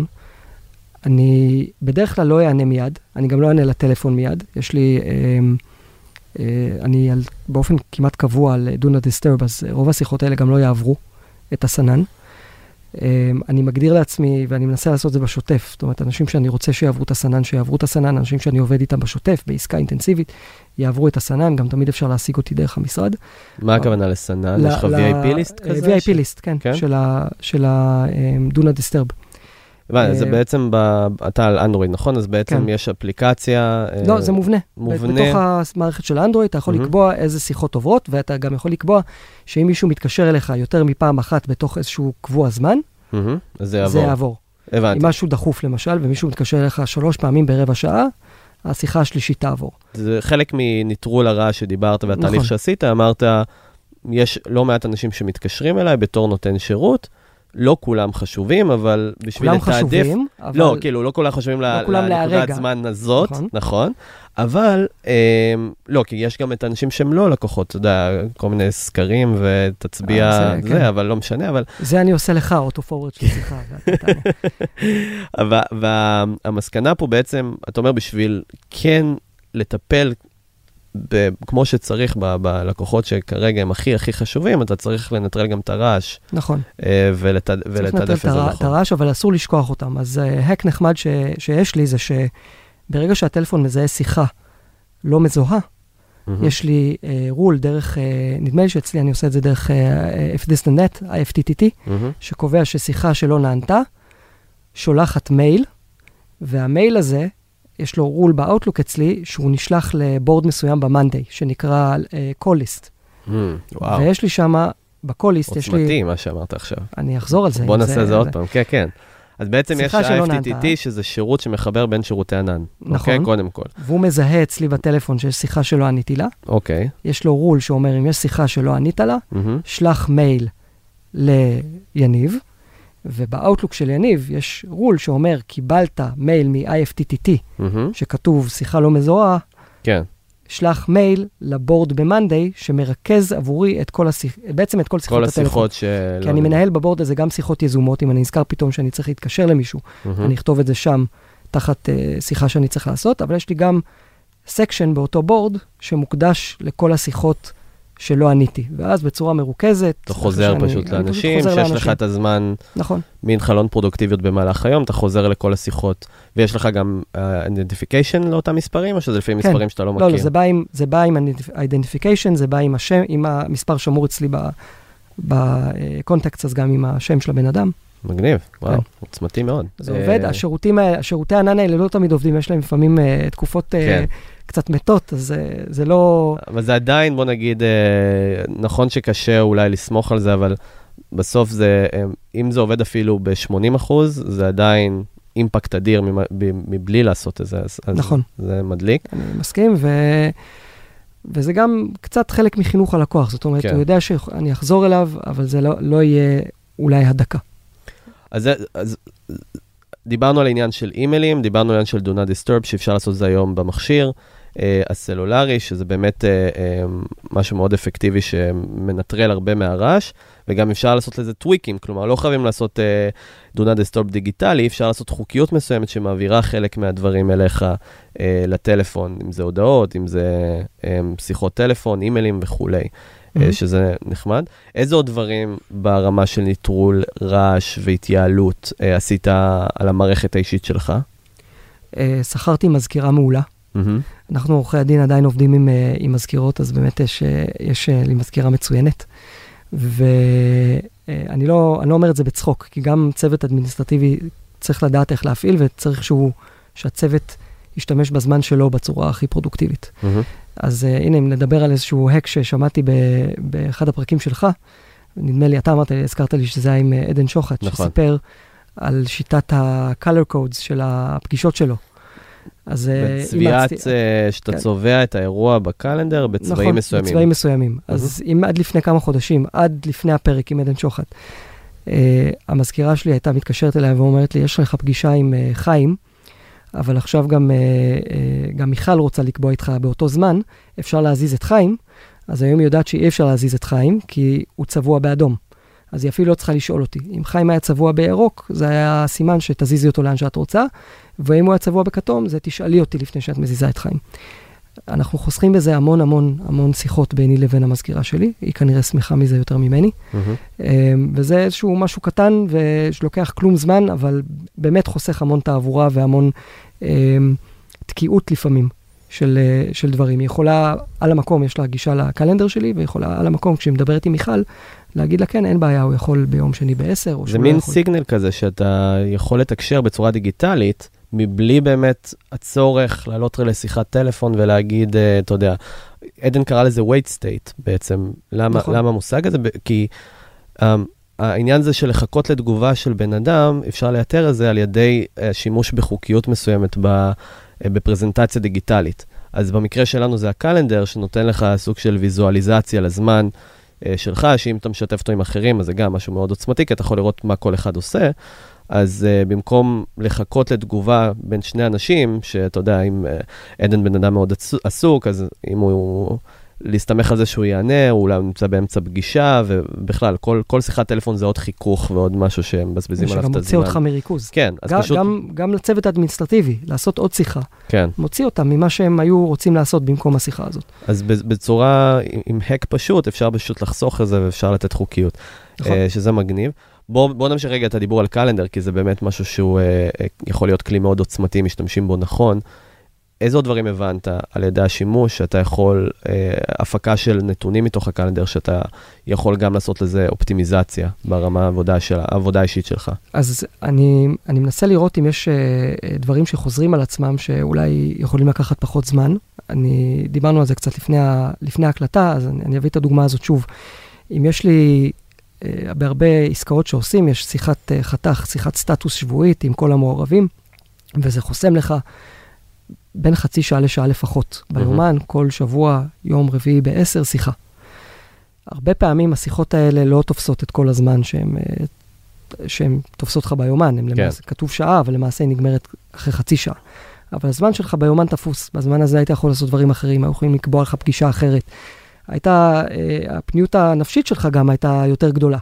אני בדרך כלל לא אענה מיד, אני גם לא אענה לטלפון מיד. יש לי, אה, אה, אני על, באופן כמעט קבוע על do not disturb, אז רוב השיחות האלה גם לא יעברו את הסנן. אני מגדיר לעצמי, ואני מנסה לעשות את זה בשוטף, זאת אומרת, אנשים שאני רוצה שיעברו את הסנן, שיעברו את הסנן, אנשים שאני עובד איתם בשוטף, בעסקה אינטנסיבית, יעברו את הסנן, גם תמיד אפשר להשיג אותי דרך המשרד. מה הכוונה לסנן? יש לך וי איי פי ליסט כזה? וי איי פי ליסט, כן, של ה-do not disturb. זה בעצם, אתה על אנדרואיד, נכון? אז בעצם יש אפליקציה... לא, זה מובנה. בתוך המערכת של האנדרואיד, אתה יכול לקבוע איזה שיחות עוברות, ואתה גם יכול לקבוע שאם מישהו מתקשר אליך יותר מפעם אחת בתוך איזשהו קבוע זמן, זה יעבור. אם משהו דחוף למשל, ומישהו מתקשר אליך שלוש פעמים ברבע שעה, השיחה השלישית תעבור. זה חלק מניטרול הרעש שדיברת, והתהליך שעשית, אמרת, יש לא מעט אנשים שמתקשרים אליי בתור נותן שירות, לא כולם חשובים, אבל בשביל לתעדף... כולם חשובים, אבל... לא, כאילו, לא כולם חשובים לנקודת זמן הזאת, נכון, אבל, לא, כי יש גם את האנשים שהם לא לקוחות, אתה יודע, כל מיני סקרים ותצביע זה, אבל לא משנה, אבל... זה אני עושה לך, אוטו-פורוורד של שיחה. והמסקנה פה בעצם, אתה אומר, בשביל כן לטפל כמו שצריך בלקוחות שכרגע הם הכי הכי חשובים, אתה צריך לנטרל גם את הרעש. נכון. ולתעדף את זה נכון. את הרעש, אבל אסור לשכוח אותם. אז הק נחמד שיש לי זה שברגע שהטלפון מזהה שיחה לא מזוהה, יש לי רול דרך, נדמה לי שאצלי אני עושה את זה דרך If This The Net, איי אף טי טי טי, שקובע ששיחה שלא נענתה, שולחת מייל, והמייל הזה, יש לו רול באוטלוק אצלי, שהוא נשלח לבורד מסוים במנדי, שנקרא call list. וואו. ויש לי שם, ב-call list יש לי... עוצמתי, מה שאמרת עכשיו. אני אחזור על זה. בוא נעשה זה עוד פעם, כן, כן. אז בעצם יש ה-איי אף טי טי טי, שזה שירות שמחבר בין שירותי ענן. נכון. קודם כל. והוא מזהה אצלי בטלפון שיש שיחה שלא עניתי לה. אוקיי. יש לו רול שאומר, אם יש שיחה שלא ענית לה, שלח מייל ליניב, ובאוטלוק של יניב יש רול שאומר, קיבלת מייל מ-איי אף טי טי טי, שכתוב שיחה לא מזוהה, כן. שלח מייל לבורד במנדי, שמרכז עבורי את כל השיח... בעצם את כל שיחות הטלפון. כל השיחות של... כי אני מנהל בבורד הזה גם שיחות יזומות, אם אני נזכר פתאום שאני צריך להתקשר למישהו, אני אכתוב את זה שם, תחת uh, שיחה שאני צריך לעשות, אבל יש לי גם סקשן באותו בורד, שמוקדש לכל השיחות שלא עניתי. ואז בצורה מרוכזת... אתה חוזר פשוט לאנשים, שיש לך את הזמן... נכון. מין חלון פרודוקטיביות במהלך היום, אתה חוזר לכל השיחות, ויש לך גם identification לאותם מספרים, או שזה לפי מספרים שאתה לא מכיר? לא, זה בא עם identification, זה בא עם השם, עם המספר שמור אצלי בקונטקסט, אז גם עם השם של הבן אדם. מגניב, וואו, עוצמתי מאוד. זה עובד, השירותי הענן האלה לא תמיד עובדים, יש להם לפעמים תקופות... קצת מתות, אז זה לא... אבל זה עדיין, בוא נגיד, נכון שקשה אולי לסמוך על זה, אבל בסוף זה, אם זה עובד אפילו ב-שמונים אחוז, זה עדיין אימפקט אדיר מבלי לעשות את זה. נכון. זה מדליק. אני מסכים, ו... וזה גם קצת חלק מחינוך הלקוח, זאת אומרת, כן. הוא יודע שאני אחזור אליו, אבל זה לא, לא יהיה אולי הדקה. אז, אז דיברנו על עניין של אימיילים, דיברנו על עניין של Do Not Disturb, שאפשר לעשות זה היום במכשיר, אה, הסלולרי, שזה באמת אה, אה, משהו מאוד אפקטיבי שמנטרל הרבה מהרעש, וגם אפשר לעשות לזה טוויקים, כלומר, לא חייבים לעשות אה, Do Not Disturb דיגיטלי, אפשר לעשות חוקיות מסוימת שמעבירה חלק מהדברים אליך אה, לטלפון, אם זה הודעות, אם זה אה, שיחות טלפון, אימיילים וכולי. שזה נחמד. איזה עוד דברים ברמה של ניטרול רעש והתייעלות עשית על המערכת האישית שלך? שכרתי מזכירה מעולה. אנחנו עורכי הדין עדיין עובדים עם, עם מזכירות, אז באמת יש, יש לי מזכירה מצוינת. ואני לא, אני לא אומר את זה בצחוק, כי גם צוות אדמיניסטרטיבי צריך לדעת איך להפעיל, וצריך שהוא, שהצוות ישתמש בזמן שלו בצורה הכי פרודוקטיבית. אז uh, הנה, אם נדבר על איזשהו hack ששמעתי ב- באחד הפרקים שלך, נדמה לי, אתה אמרת לי, הזכרת לי שזה היה עם uh, עדן שוחט, נכון. שסיפר על שיטת ה-color codes של הפגישות שלו. אז בצביעת, uh, שאתה כן. צובע את האירוע בקלנדר בצבעים נכון, מסוימים. נכון, בצבעים מסוימים. Mm-hmm. אז אם עד לפני כמה חודשים, עד לפני הפרק עם עדן שוחט, uh, המזכירה שלי הייתה מתקשרת אליה ואומרת לי, יש לך פגישה עם uh, חיים, אבל עכשיו גם, גם מיכל רוצה לקבוע איתך באותו זמן, אפשר להזיז את חיים, אז היום היא יודעת שאי אפשר להזיז את חיים, כי הוא צבוע באדום. אז היא אפילו לא צריכה לשאול אותי. אם חיים היה צבוע בירוק, זה היה סימן שתזיזי אותו לאן שאת רוצה, ואם הוא היה צבוע בכתום, זה תשאלי אותי לפני שאת מזיזה את חיים. אנחנו חוסכים בזה המון המון המון שיחות ביני לבין המזכירה שלי, היא כנראה שמחה מזה יותר ממני, mm-hmm. וזה איזשהו משהו קטן, ושלוקח כלום זמן, אבל באמת חוסך המון תעבורה, והמון תקיעות לפעמים של, של דברים. היא יכולה, על המקום, יש לה גישה לקלנדר שלי, ויכולה על המקום, כשהיא מדברת עם מיכל, להגיד לה, כן, אין בעיה, הוא יכול ביום שני בעשר, זה מין יכול... סיגנל כזה, שאתה יכול לתקשר בצורה דיגיטלית, מבלי באמת הצורך לעלות לשיחת טלפון ולהגיד, אתה יודע, עדן קרא לזה wait state בעצם. למה, נכון. למה המושג הזה? כי um, העניין זה של לחכות לתגובה של בן אדם, אפשר לייתר את זה על ידי uh, שימוש בחוקיות מסוימת ב, uh, בפרזנטציה דיגיטלית. אז במקרה שלנו זה הקלנדר שנותן לך סוג של ויזואליזציה לזמן uh, שלך, שאם אתה משתף אותו עם אחרים, אז זה גם משהו מאוד עוצמתי, כי אתה יכול לראות מה כל אחד עושה. אז uh, במקום לחכות לתגובה בין שני אנשים, שאתה יודע, אם uh, עדן בן אדם מאוד עסוק, אז אם הוא להסתמך על זה שהוא יענה, הוא אולי נמצא באמצע פגישה, ובכלל, כל, כל שיחת טלפון זה עוד חיכוך ועוד משהו שהם מבזבזים עליו את הזמן. שגם מוציא אותך מריכוז. כן, אז גם, פשוט... גם, גם לצוות האדמיניסטרטיבי, לעשות עוד שיחה. כן. מוציא אותם ממה שהם היו רוצים לעשות במקום השיחה הזאת. אז בצורה, עם hack פשוט, אפשר פשוט לחסוך את זה, ואפשר לתת חוקיות. נכון. Uh, שזה מגניב. בוא, בוא נמשיך רגע את הדיבור על קלנדר, כי זה באמת משהו שהוא אה, יכול להיות כלי מאוד עוצמתי, משתמשים בו נכון. איזה עוד דברים הבנת על ידי השימוש, שאתה יכול, אה, הפקה של נתונים מתוך הקלנדר, שאתה יכול גם לעשות לזה אופטימיזציה ברמה העבודה, של, העבודה האישית שלך? אז אני, אני מנסה לראות אם יש אה, דברים שחוזרים על עצמם, שאולי יכולים לקחת פחות זמן. אני, דיברנו על זה קצת לפני, ה, לפני ההקלטה, אז אני, אני אביא את הדוגמה הזאת שוב. אם יש לי... בהרבה עסקאות שעושים, יש שיחת חתך, שיחת סטטוס שבועית עם כל המעורבים, וזה חוסם לך בין חצי שעה לשעה לפחות. ביומן, כל שבוע, יום רביעי בעשר, שיחה. הרבה פעמים השיחות האלה לא תופסות את כל הזמן שהן, שהן תופסות לך ביומן. הם למעשה, כתוב שעה, אבל למעשה היא נגמרת אחרי חצי שעה. אבל הזמן שלך ביומן תפוס. בזמן הזה היית יכול לעשות דברים אחרים, היו יכולים לקבוע לך פגישה אחרת. הייתה, הפניות הנפשית שלך גם הייתה יותר גדולה.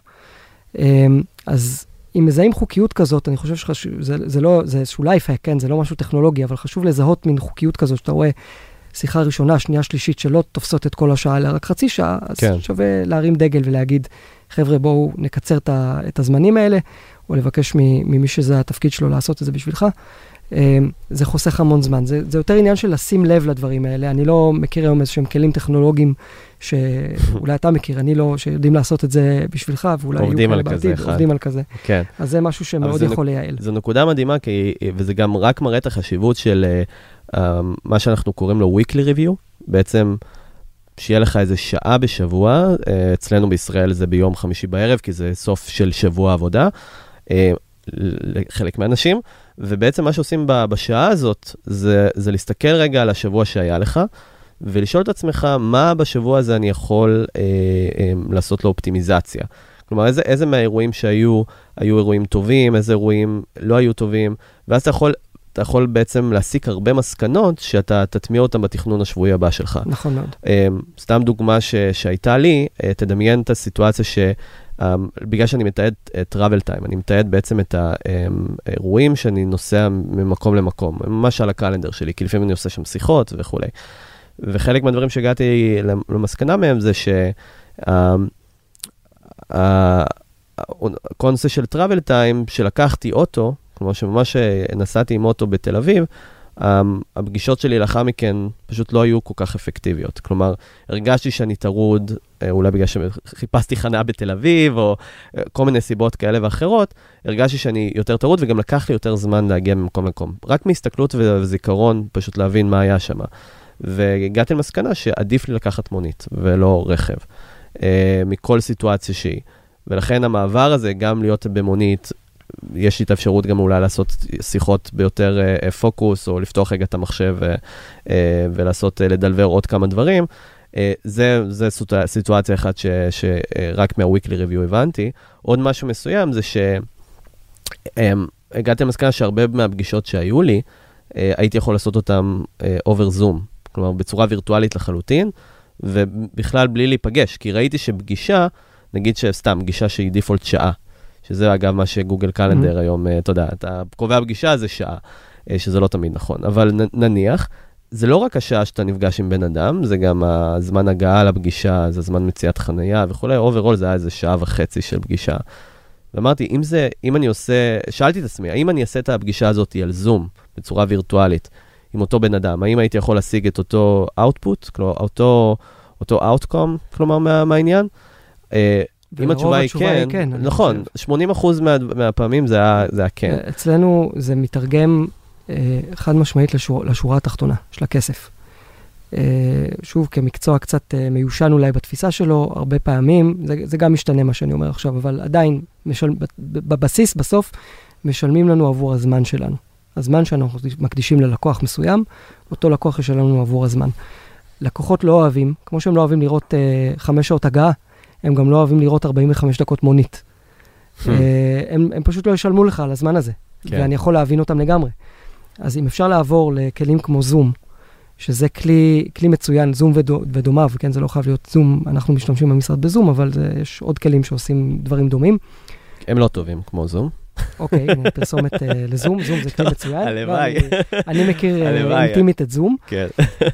אז אם מזהים חוקיות כזאת, אני חושב שזה זה לא, זה איזשהו לייפהק, כן? זה לא משהו טכנולוגי, אבל חשוב לזהות מן חוקיות כזאת, שאתה רואה שיחה ראשונה, שנייה, שלישית, שלא תופסות את כל השעה, אלא רק חצי שעה, אז כן. שווה להרים דגל ולהגיד, חבר'ה, בואו נקצר את הזמנים האלה, או לבקש ממי שזה התפקיד שלו לעשות את זה בשבילך. זה חוסך המון זמן. זה, זה יותר עניין של לשים לב לדברים האלה. אני לא מכיר היום איזשהם כלים טכנולוגיים שאולי אתה מכיר, אני לא, שיודעים לעשות את זה בשבילך, ואולי עובדים על כזה אחד. עובדים על כזה. כן. אז זה משהו שמאוד יכול לייעל. זו נקודה מדהימה, כי, וזה גם רק מראה את החשיבות של uh, מה שאנחנו קוראים לו weekly review, בעצם שיהיה לך איזה שעה בשבוע, uh, אצלנו בישראל זה ביום חמישי בערב, כי זה סוף של שבוע עבודה, uh, לחלק מהאנשים, ובעצם מה שעושים בשעה הזאת, זה, זה להסתכל רגע על השבוע שהיה לך, ולשאול את עצמך, מה בשבוע הזה אני יכול אה, אה, לעשות לו אופטימיזציה. כלומר, איזה, איזה מהאירועים שהיו, היו אירועים טובים, איזה אירועים לא היו טובים, ואז אתה יכול, אתה יכול בעצם להסיק הרבה מסקנות שאתה תטמיע אותם בתכנון השבועי הבא שלך. נכון מאוד. אה, סתם דוגמה ש, שהייתה לי, אה, תדמיין את הסיטואציה ש... Um, בגלל שאני מתעד את travel time, אני מתעד בעצם את האירועים שאני נוסע ממקום למקום, ממש על הקלנדר שלי, כי לפעמים אני עושה שם שיחות וכו'. וחלק מהדברים שהגעתי למסקנה מהם זה ש... כל נושא של travel time, שלקחתי אוטו, כלומר שממש נסעתי עם אוטו בתל אביב, הפגישות שלי לאחר מכן פשוט לא היו כל כך אפקטיביות. כלומר, הרגשתי שאני טרוד, אולי בגלל שחיפשתי חניה בתל אביב, או כל מיני סיבות כאלה ואחרות, הרגשתי שאני יותר טרוד, וגם לקח לי יותר זמן להגיע ממקום למקום. רק מהסתכלות וזיכרון, פשוט להבין מה היה שם. והגעתי למסקנה שעדיף לי לקחת מונית, ולא רכב, מכל סיטואציה שהיא. ולכן המעבר הזה, גם להיות במונית, יש לי את האפשרות גם אולי לעשות שיחות ביותר uh, פוקוס, או לפתוח רגע את המחשב uh, uh, ולעשות, uh, לדלבר עוד כמה דברים. Uh, זה, זה סיטואציה אחת ש, שרק uh, מה-weekly review הבנתי. עוד משהו מסוים זה שהגעתי um, למסקנה שהרבה מהפגישות שהיו לי, uh, הייתי יכול לעשות אותם אובר זום, כלומר בצורה וירטואלית לחלוטין, ובכלל בלי להיפגש, כי ראיתי שפגישה, נגיד שסתם, פגישה שהיא דיפולט שעה, שזה אגב מה שגוגל קלנדר היום, אתה יודע, אתה קובע פגישה זה שעה, שזה לא תמיד נכון, אבל נניח, זה לא רק השעה שאתה נפגש עם בן אדם, זה גם הזמן הגעה לפגישה, זה זמן מציאת חנייה וכו', אוברול זה היה איזה שעה וחצי של פגישה. ואמרתי, אם זה, אם אני עושה, שאלתי את עצמי, האם אני אעשה את הפגישה הזאת על זום, בצורה וירטואלית, עם אותו בן אדם, האם הייתי יכול להשיג את אותו output, כלומר, אותו, אותו outcome, כלומר, מה, מהעניין? אם התשובה היא כן, כן נכון, שמונים אחוז מה, מהפעמים זה היה, זה היה כן. אצלנו זה מתרגם אה, חד משמעית לשור, לשורה התחתונה, של הכסף. אה, שוב, כמקצוע קצת אה, מיושן אולי בתפיסה שלו, הרבה פעמים, זה, זה גם משתנה מה שאני אומר עכשיו, אבל עדיין, משל, בבסיס, בסוף, משלמים לנו עבור הזמן שלנו. הזמן שאנחנו מקדישים ללקוח מסוים, אותו לקוח ישלם לנו עבור הזמן. לקוחות לא אוהבים, כמו שהם לא אוהבים לראות אה, חמש שעות הגעה, הם גם לא אוהבים לראות ארבעים וחמש דקות מונית. הם, הם פשוט לא ישלמו לך על הזמן הזה, ואני יכול להבין אותם לגמרי. אז אם אפשר לעבור לכלים כמו זום, שזה כלי, כלי מצוין, זום ודומיו, כן, זה לא חייב להיות זום, אנחנו משתמשים במשרד בזום, אבל זה, יש עוד כלים שעושים דברים דומים. הם לא טובים כמו זום. אוקיי, פרסומת לזום, זום זה כלי מצוין. הלוואי. אני מכיר אינטימית את זום. כן.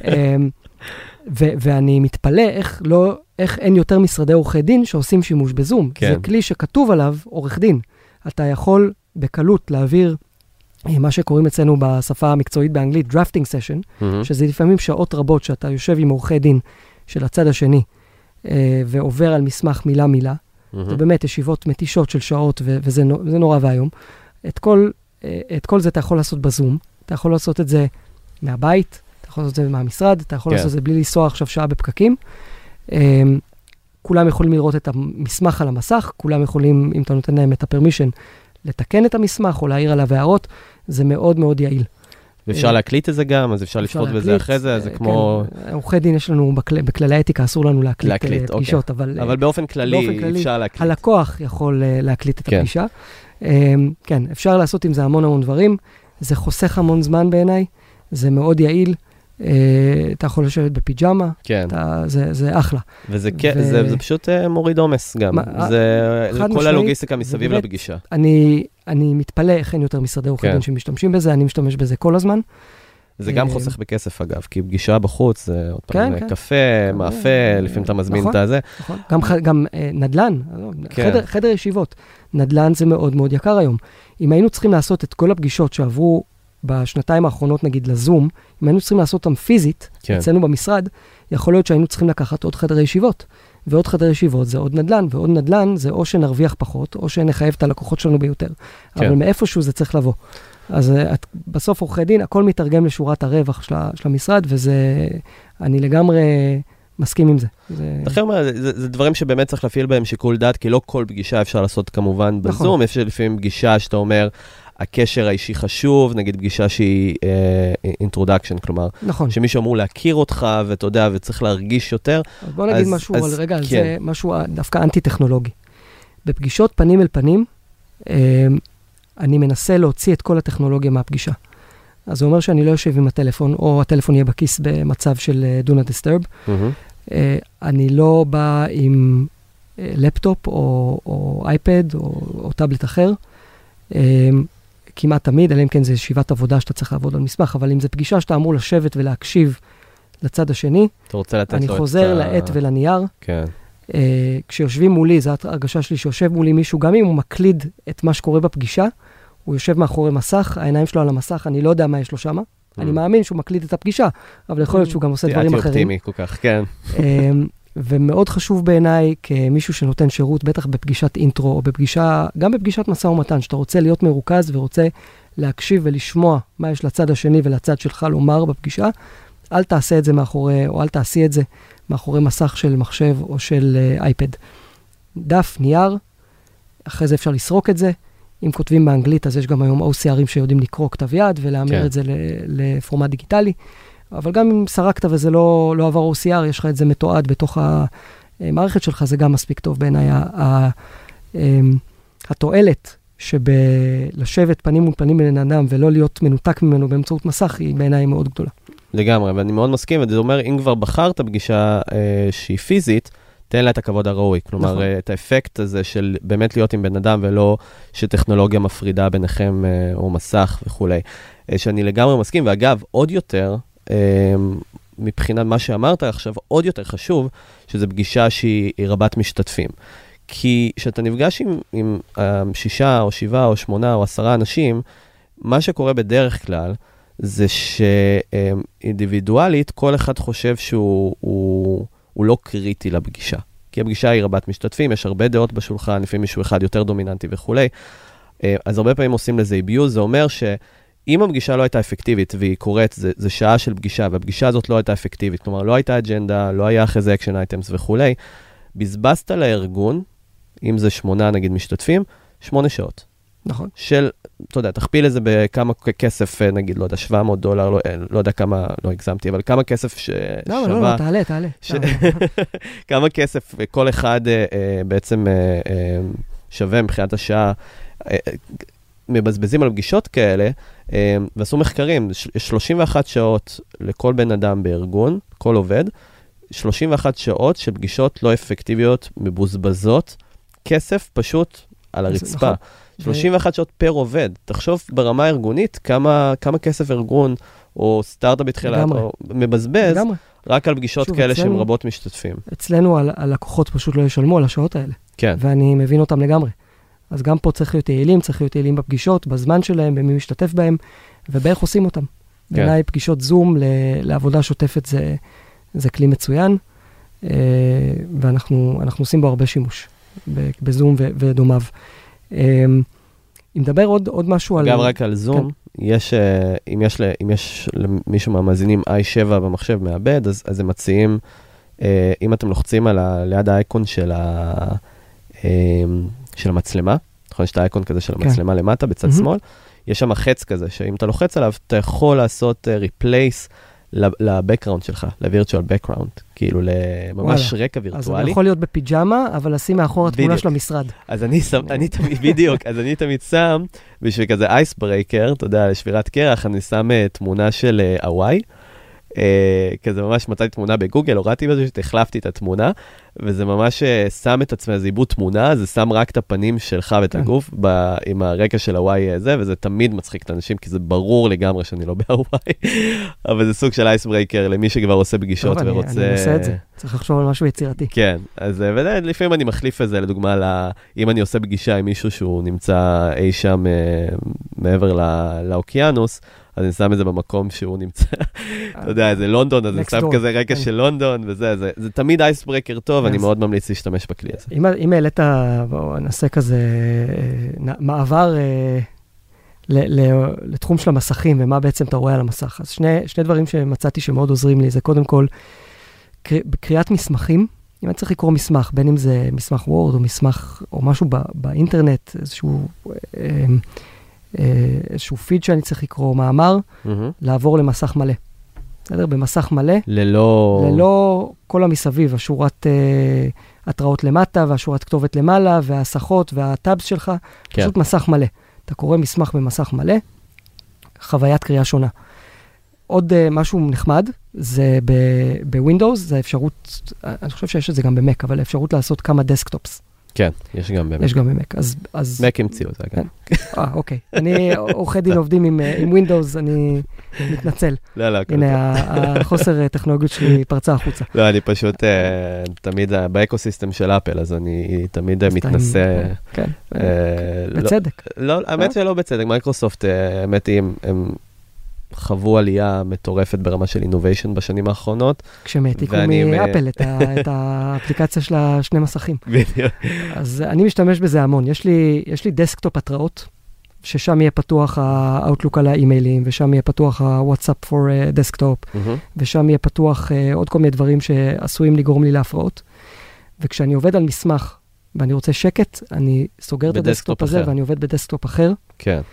ו- ואני מתפלא איך, לא, איך אין יותר משרדי עורכי דין שעושים שימוש בזום. כן. זה כלי שכתוב עליו עורך דין. אתה יכול בקלות להעביר מה שקוראים אצלנו בשפה המקצועית באנגלית, drafting session, mm-hmm. שזה לפעמים שעות רבות שאתה יושב עם עורכי דין של הצד השני, אה, ועובר על מסמך מילה מילה. Mm-hmm. זה באמת ישיבות מתישות של שעות, ו- וזה נו- זה נורא והיום. את כל, אה, את כל זה אתה יכול לעשות בזום. אתה יכול לעשות את זה מהבית, אתה יכול לעשות את זה מהמשרד, אתה יכול לעשות את זה בלי לנסוע עכשיו שעה בפקקים. כולם יכולים לראות את המסמך על המסך, כולם יכולים, אם אתה נותן להם את הפרמישן, לתקן את המסמך או להעיר עליו הערות, זה מאוד מאוד יעיל. ואפשר להקליט את זה גם, אז אפשר לפחות בזה אחרי זה, זה כמו... עורכי דין יש לנו, בכללי האתיקה אסור לנו להקליט פגישות, אבל באופן כללי אפשר להקליט. הלקוח יכול להקליט את הפגישה. כן, אפשר לעשות עם זה המון המון דברים, זה חוסך המון זמן בעיניי, זה מאוד יעיל, אתה יכול לשבת בפיג'מה, זה אחלה. וזה פשוט מוריד עומס גם, זה כל הלוגיסטיקה מסביב לפגישה. אני מתפלא איך אין יותר משרדי עורכי דין שמשתמשים בזה, אני משתמש בזה כל הזמן. זה גם חוסך בכסף אגב, כי פגישה בחוץ זה עוד פעם קפה, מאפה, לפעמים אתה מזמין את הזה. גם נדל"ן, חדר ישיבות, נדל"ן זה מאוד מאוד יקר היום. אם היינו צריכים לעשות את כל הפגישות שעברו בשנתיים האחרונות, נגיד לזום, אם היינו צריכים לעשות אותם פיזית, כן. אצלנו במשרד, יכול להיות שהיינו צריכים לקחת עוד חדר ישיבות. ועוד חדר ישיבות זה עוד נדל"ן, ועוד נדל"ן זה או שנרוויח פחות, או שנחייב את הלקוחות שלנו ביותר. כן. אבל מאיפשהו זה צריך לבוא. אז את, בסוף עורכי דין, הכל מתרגם לשורת הרווח של, של המשרד, וזה, אני לגמרי מסכים עם זה. זה... אחר מה, זה, זה דברים שבאמת צריך להפעיל בהם שיקול דעת, כי לא כל פגישה אפשר לעשות כמובן בזום, נכון. אפשר לפעמים פגישה שאתה אומר, הקשר האישי חשוב, נגיד פגישה שהיא אינטרודקשן, כלומר, נכון. שמישהו אמור להכיר אותך, ואתה יודע, וצריך להרגיש יותר. אז בוא נגיד משהו על רגע, על זה משהו דווקא אנטי-טכנולוגי. בפגישות פנים אל פנים, אני מנסה להוציא את כל הטכנולוגיה מהפגישה. אז זה אומר שאני לא יושב עם הטלפון, או הטלפון יהיה בכיס במצב של do not disturb. Mm-hmm. אני לא בא עם לפטופ, או, או אייפד, או, או טאבלט אחר. כמעט תמיד, אלא אם כן זה ישיבת עבודה שאתה צריך לעבוד על מסמך, אבל אם זה פגישה שאתה אמור לשבת ולהקשיב לצד השני, אתה רוצה לתת אני לו חוזר את לעט ולנייר. כן. Uh, כשיושבים מולי, זו הרגשה שלי שיושב מולי מישהו, גם אם הוא מקליד את מה שקורה בפגישה, הוא יושב מאחורי מסך, העיניים שלו על המסך, אני לא יודע מה יש לו שם, mm. אני מאמין שהוא מקליד את הפגישה, אבל יכול להיות שהוא גם עושה דברים אחרים. אופטימי כל כך, כן. Uh, ומאוד חשוב בעיניי, כמישהו שנותן שירות, בטח בפגישת אינטרו, או בפגישה, גם בפגישת משא ומתן, שאתה רוצה להיות מרוכז ורוצה להקשיב ולשמוע מה יש לצד השני ולצד שלך לומר בפגישה, אל תעשה את זה מאחורי, או אל תעשי את זה מאחורי מסך של מחשב או של אייפד. דף, נייר, אחרי זה אפשר לסרוק את זה. אם כותבים באנגלית, אז יש גם היום או סי ארים שיודעים לקרוא כתב יד, ולאמר כן. את זה לפורמט דיגיטלי. אבל גם אם סרקת וזה לא, לא עבר או סי אר, יש לך את זה מתועד בתוך המערכת שלך, זה גם מספיק טוב בעיניי. התועלת שבלשבת פנים מול פנים בין אדם, ולא להיות מנותק ממנו באמצעות מסך, היא בעיניי מאוד גדולה. לגמרי, ואני מאוד מסכים, וזה אומר, אם כבר בחרת פגישה אה, שהיא פיזית, תן לה את הכבוד הראוי. כלומר, נכון. את האפקט הזה של באמת להיות עם בן אדם, ולא שטכנולוגיה מפרידה ביניכם אה, או מסך וכו'. אה, שאני לגמרי מסכים, ואגב, עוד יותר, אה, מבחינת מה שאמרת עכשיו, עוד יותר חשוב, שזו פגישה שהיא רבת משתתפים. כי כשאתה נפגש עם, עם אה, שישה או שבעה או שמונה או עשרה אנשים, מה שקורה בדרך כלל, זה שאינדיבידואלית, כל אחד חושב שהוא הוא, הוא לא קריטי לפגישה. כי הפגישה היא רבת משתתפים, יש הרבה דעות בשולחן, לפעמים מישהו אחד יותר דומיננטי וכו'. אז הרבה פעמים עושים לזה איביוז, זה אומר שאם הפגישה לא הייתה אפקטיבית, והיא קורית, זה, זה שעה של פגישה, והפגישה הזאת לא הייתה אפקטיבית, כלומר, לא הייתה אג'נדה, לא היה אחרי זה אקשן אייטמס וכו'. בזבזת לארגון, אם זה שמונה נגיד משתתפים, שמונה שעות. נכון. של, אתה יודע, תכפיל את זה בכמה כסף, נגיד, לא יודע, שבע מאות דולר, לא, לא יודע כמה, לא הגזמתי, אבל כמה כסף ששווה... לא, לא, לא, תעלה, תעלה. ש... כמה כסף כל אחד אה, בעצם אה, אה, שווה מבחינת השעה, אה, מבזבזים על פגישות כאלה, אה, ועשו מחקרים, שלושים ואחת שעות לכל בן אדם בארגון, כל עובד, שלושים ואחת שעות של פגישות לא אפקטיביות, מבוזבזות, כסף פשוט על הרצפה. נכון. שלושים ואחת שעות פר עובד. תחשוב ברמה הארגונית, כמה, כמה כסף ארגון או סטארט-אפ בתחילת, או מבזבז, לגמרי. רק על פגישות שוב, כאלה שהן רבות משתתפים. אצלנו הלקוחות פשוט לא ישלמו על השעות האלה. כן. ואני מבין אותם לגמרי. אז גם פה צריך להיות יעילים, צריך להיות יעילים בפגישות, בזמן שלהם, במי משתתף בהם, ובאיך עושים אותם. כן. בעיניי פגישות זום לעבודה שוטפת זה, זה כלי מצוין, ואנחנו אנחנו עושים בו הרבה שימוש, בזום ו- ודומיו. אם נדבר עוד, עוד משהו על... אגב, רק על זום, כן. יש, אם יש, אם יש למישהו מהמאזינים איי שבע במחשב מעבד, אז, אז הם מציעים, אם אתם לוחצים על ה, ליד האייקון של, ה, של המצלמה, נכון, יש את האייקון כזה של המצלמה כן. למטה, בצד mm-hmm. שמאל, יש שם חץ כזה, שאם אתה לוחץ עליו, אתה יכול לעשות replace לבקראונד שלך, לווירטואל בקראונד, כאילו לממש רקע וירטואלי. אז אני יכול להיות בפיג'מה, אבל לשים מאחור התמונה של המשרד. אז אני שם, אני תמיד, בדיוק, אז אני תמיד שם, בשביל כזה אייס ברייקר, אתה יודע, לשבירת קרח, אני שם תמונה של הוואי, כזה ממש מצאתי תמונה בגוגל, הורדתי בזה שהחלפתי את התמונה, וזה ממש שם את עצמי, זה עיבוד תמונה, זה שם רק את הפנים שלך ואת הגוף, עם הרקע של הוואי הזה, וזה תמיד מצחיק את האנשים, כי זה ברור לגמרי שאני לא בהוואי, אבל זה סוג של אייס ברייקר, למי שכבר עושה פגישות ורוצה... אני עושה את זה, צריך לחשוב על משהו יצירתי. כן, אז לפעמים אני מחליף את זה, לדוגמה, אם אני עושה פגישה עם מישהו שהוא נמצא אי שם מעבר לאוקיינוס, אז אני שם את זה במקום שהוא נמצא, אתה יודע, זה לונדון, אז אני שם כזה רקע של לונדון, וזה, זה תמיד אייס ברקר טוב, אני מאוד ממליץ להשתמש בכלי הזה. אם העלית, בואו נעשה כזה מעבר לתחום של המסכים, ומה בעצם אתה רואה על המסך. אז שני דברים שמצאתי שמאוד עוזרים לי, זה קודם כל, בקריאת מסמכים, אם אני צריך לקרוא מסמך, בין אם זה מסמך וורד, או מסמך, או משהו באינטרנט, איזשהו... איזשהו פיד שאני צריך לקרוא, מאמר, Mm-hmm. לעבור למסך מלא. בסדר? במסך מלא. ללא... ללא כל המסביב, השורת אה, התראות למטה, והשורת כתובת למעלה, וההסחות והטאבס שלך. כן. פשוט מסך מלא. אתה קורא מסמך במסך מלא, חוויית קריאה שונה. עוד uh, משהו נחמד, זה בווינדוס, זה האפשרות, אני חושב שיש את זה גם במק, אבל האפשרות לעשות כמה דסקטופס. כן, יש גם במק. יש גם במק, אז... אז... מק המציאו את זה, כן. אה, אוקיי. אני, עורכי דין עובדים עם, עם ווינדוס, אני מתנצל. לא, לא, הנה, החוסר טכנולוגיות שלי פרצה החוצה. לא, אני פשוט תמיד באקוסיסטם של אפל, אז אני תמיד מתנסה... כן, בצדק. לא, האמת שלא בצדק. מייקרוסופט, האמת היא, הם חוו עלייה מטורפת ברמה של אינוביישן בשנים האחרונות. כשהם העתיקו מאפל את האפליקציה של השני מסכים. בדיוק. אז אני משתמש בזה המון. יש לי דסקטופ התראות, ששם יהיה פתוח ה-Outlook על האימיילים, ושם יהיה פתוח ה-WhatsApp for desktop, ושם יהיה פתוח עוד כל מיני דברים שעשויים לגרום לי להפרעות. וכשאני עובד על מסמך, ואני רוצה שקט, אני סוגר את הדסקטופ הזה, ואני עובד בדסקטופ אחר. כן.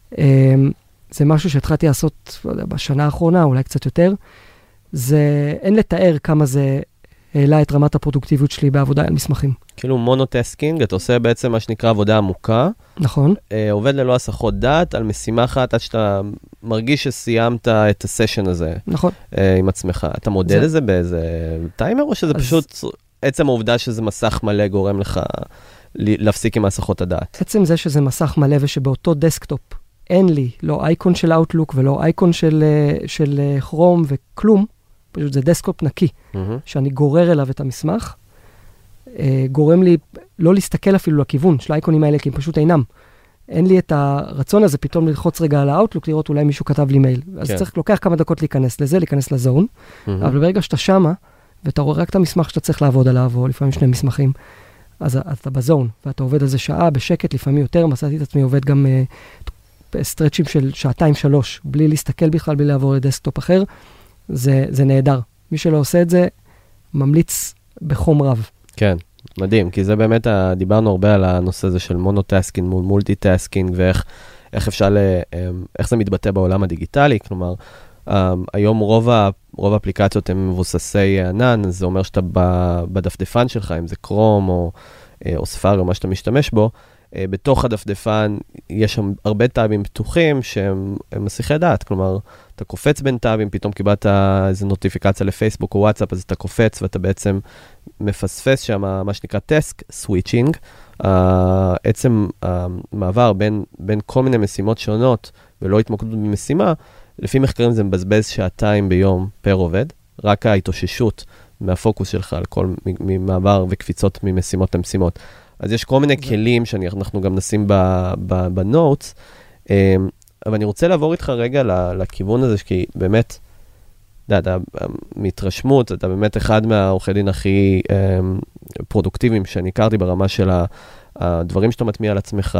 זה משהו שהתחלתי לעשות בשנה האחרונה, אולי קצת יותר. זה, אין לתאר כמה זה העלה את רמת הפרודוקטיביות שלי בעבודה על מסמכים. כאילו מונוטסקינג, אתה עושה בעצם מה שנקרא עבודה עמוקה. נכון. אה, עובד ללא הסחות דעת, על משימה אחת, עד שאתה מרגיש שסיימת את הסשן הזה. נכון. אה, עם עצמך. אתה מודד לזה באיזה טיימר, או שזה אז... פשוט עצם העובדה שזה מסך מלא גורם לך להפסיק עם הסחות הדעת? עצם זה שזה מסך מלא ושבאותו דסקטופ אין לי לא אייקון של Outlook ולא אייקון של, של כרום וכלום, פשוט זה דסקטופ נקי, mm-hmm. שאני גורר אליו את המסמך, גורם לי לא להסתכל אפילו לכיוון של האייקונים האלה, כי הם פשוט אינם. אין לי את הרצון הזה פתאום ללחוץ רגע על ה-Outlook, לראות אולי מישהו כתב לי מייל. אז כן. צריך, לוקח כמה דקות להיכנס לזה, להיכנס לזון, mm-hmm. אבל ברגע שאתה שמה, ואתה רואה רק את המסמך שאתה צריך לעבוד עליו, או לפעמים שני מסמכים, אז אתה בזון, ואתה עובד על זה שעה, בשקט, לפעמים יותר, מצאתי את עצמי עובד גם סטרצ'ים של שעתיים שלוש, בלי להסתכל בכלל, בלי לעבור לדסקטופ אחר, זה, זה נהדר. מי שלא עושה את זה, ממליץ בחום רב. כן, מדהים, כי זה באמת, דיברנו הרבה על הנושא הזה של מונוטסקינג מול מולטי-טסקינג, ואיך איך אפשר, ל, איך זה מתבטא בעולם הדיגיטלי, כלומר, היום רוב, רוב האפליקציות הן מבוססי ענן, זה אומר שאתה בדפדפן שלך, אם זה קרום או, או ספארי או מה שאתה משתמש בו, בתוך הדפדפן יש שם הרבה טאבים פתוחים שהם מסיחי דעת, כלומר, אתה קופץ בין טאבים, פתאום קיבלת איזו נוטיפיקציה לפייסבוק או וואטסאפ, אז אתה קופץ ואתה בעצם מפספס שם מה שנקרא טסק סוויצ'ינג, עצם המעבר בין, בין כל מיני משימות שונות ולא התמקדות במשימה, לפי מחקרים זה מבזבז שעתיים ביום פר עובד, רק ההתאוששות מהפוקוס שלך על כל מעבר וקפיצות ממשימות למשימות. אז יש כל מיני כלים שאנחנו גם נשים בנוטס, אבל אני רוצה לעבור איתך רגע לכיוון הזה, כי באמת, אתה מתרשמות, אתה באמת אחד מהעורכי דין הכי פרודוקטיביים שאני הכרתי ברמה של הדברים שאתה מטמיע על עצמך,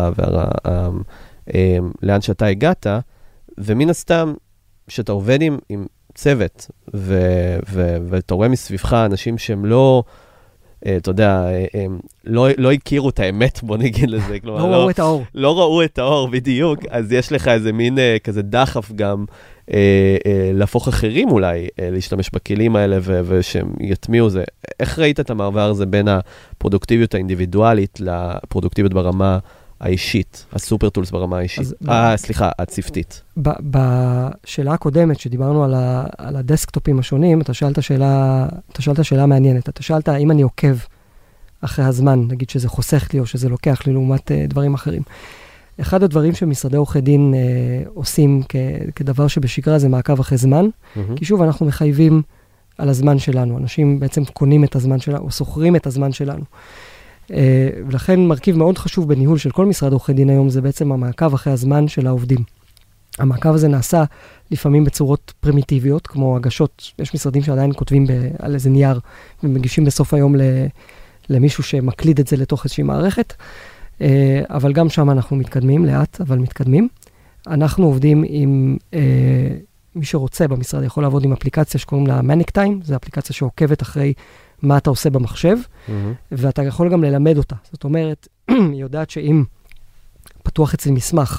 ולאן שאתה הגעת, ומן הסתם, שאתה עובד עם, עם צוות, ו, ו, ואתה רואה מסביבך אנשים שהם לא, אתה יודע, הם לא, לא הכירו את האמת, בוא נגיד לזה. כלומר, לא, לא ראו את האור. לא ראו את האור, בדיוק. אז יש לך איזה מין כזה דחף גם אה, אה, להפוך אחרים אולי, אה, להשתמש בכלים האלה, ו, ושהם יטמיעו זה. איך ראית את המעבר הזה בין הפרודוקטיביות האינדיבידואלית לפרודוקטיביות ברמה האישית, הסופר טולס ברמה האישית. אה, סליחה, הצפתית. בשאלה הקודמת, שדיברנו על, ה, על הדסקטופים השונים, אתה שאלת שאלה, אתה שאלת שאלה מעניינת. אתה שאלת האם אני עוקב אחרי הזמן, נגיד שזה חוסך לי או שזה לוקח לי לעומת uh, דברים אחרים. אחד הדברים שמשרדי עורכי דין uh, עושים כ, כדבר שבשגרה זה מעקב אחרי זמן, mm-hmm. כי שוב אנחנו מחייבים על הזמן שלנו. אנשים בעצם קונים את הזמן שלנו, או סוחרים את הזמן שלנו. Uh, ולכן מרכיב מאוד חשוב בניהול של כל משרד עורכי דין היום, זה בעצם המעקב אחרי הזמן של העובדים. המעקב הזה נעשה לפעמים בצורות פרימיטיביות, כמו הגשות, יש משרדים שעדיין כותבים ב, על איזה נייר, ומגישים בסוף היום ל, למישהו שמקליד את זה לתוך איזושהי מערכת, uh, אבל גם שם אנחנו מתקדמים, לאט, אבל מתקדמים. אנחנו עובדים עם, uh, מי שרוצה במשרד יכול לעבוד עם אפליקציה שקוראים לה Manic Time, זו אפליקציה שעוקבת אחרי מה אתה עושה במחשב, mm-hmm. ואתה יכול גם ללמד אותה. זאת אומרת, היא יודעת שאם פתוח אצל מסמך,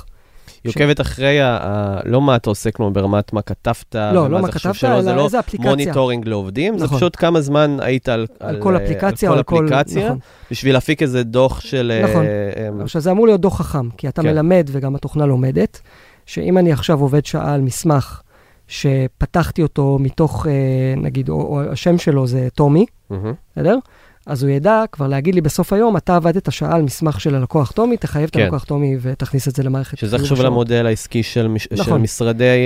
היא עוקבת אחרי, לא מה אתה עושה, כמו ברמת מה כתבת, לא, לא מה כתבת, אלא איזה אפליקציה. זה לא מוניטורינג לעובדים, זה פשוט כמה זמן היית על כל אפליקציה, על כל אפליקציה, בשביל להפיק איזה דוח של... נכון, עכשיו זה אמור להיות דוח חכם, כי אתה מלמד וגם התוכנה לומדת, שאם אני עכשיו עובד שעה על מסמך, שפתחתי אותו מתוך, נגיד, או השם שלו זה טומי, בסדר? אז הוא ידע כבר להגיד לי בסוף היום, אתה עבדת שעה על מסמך של הלקוח טומי, תחייב את הלקוח טומי ותכניס את זה למערכת. שזה חשוב למודל העסקי של משרדי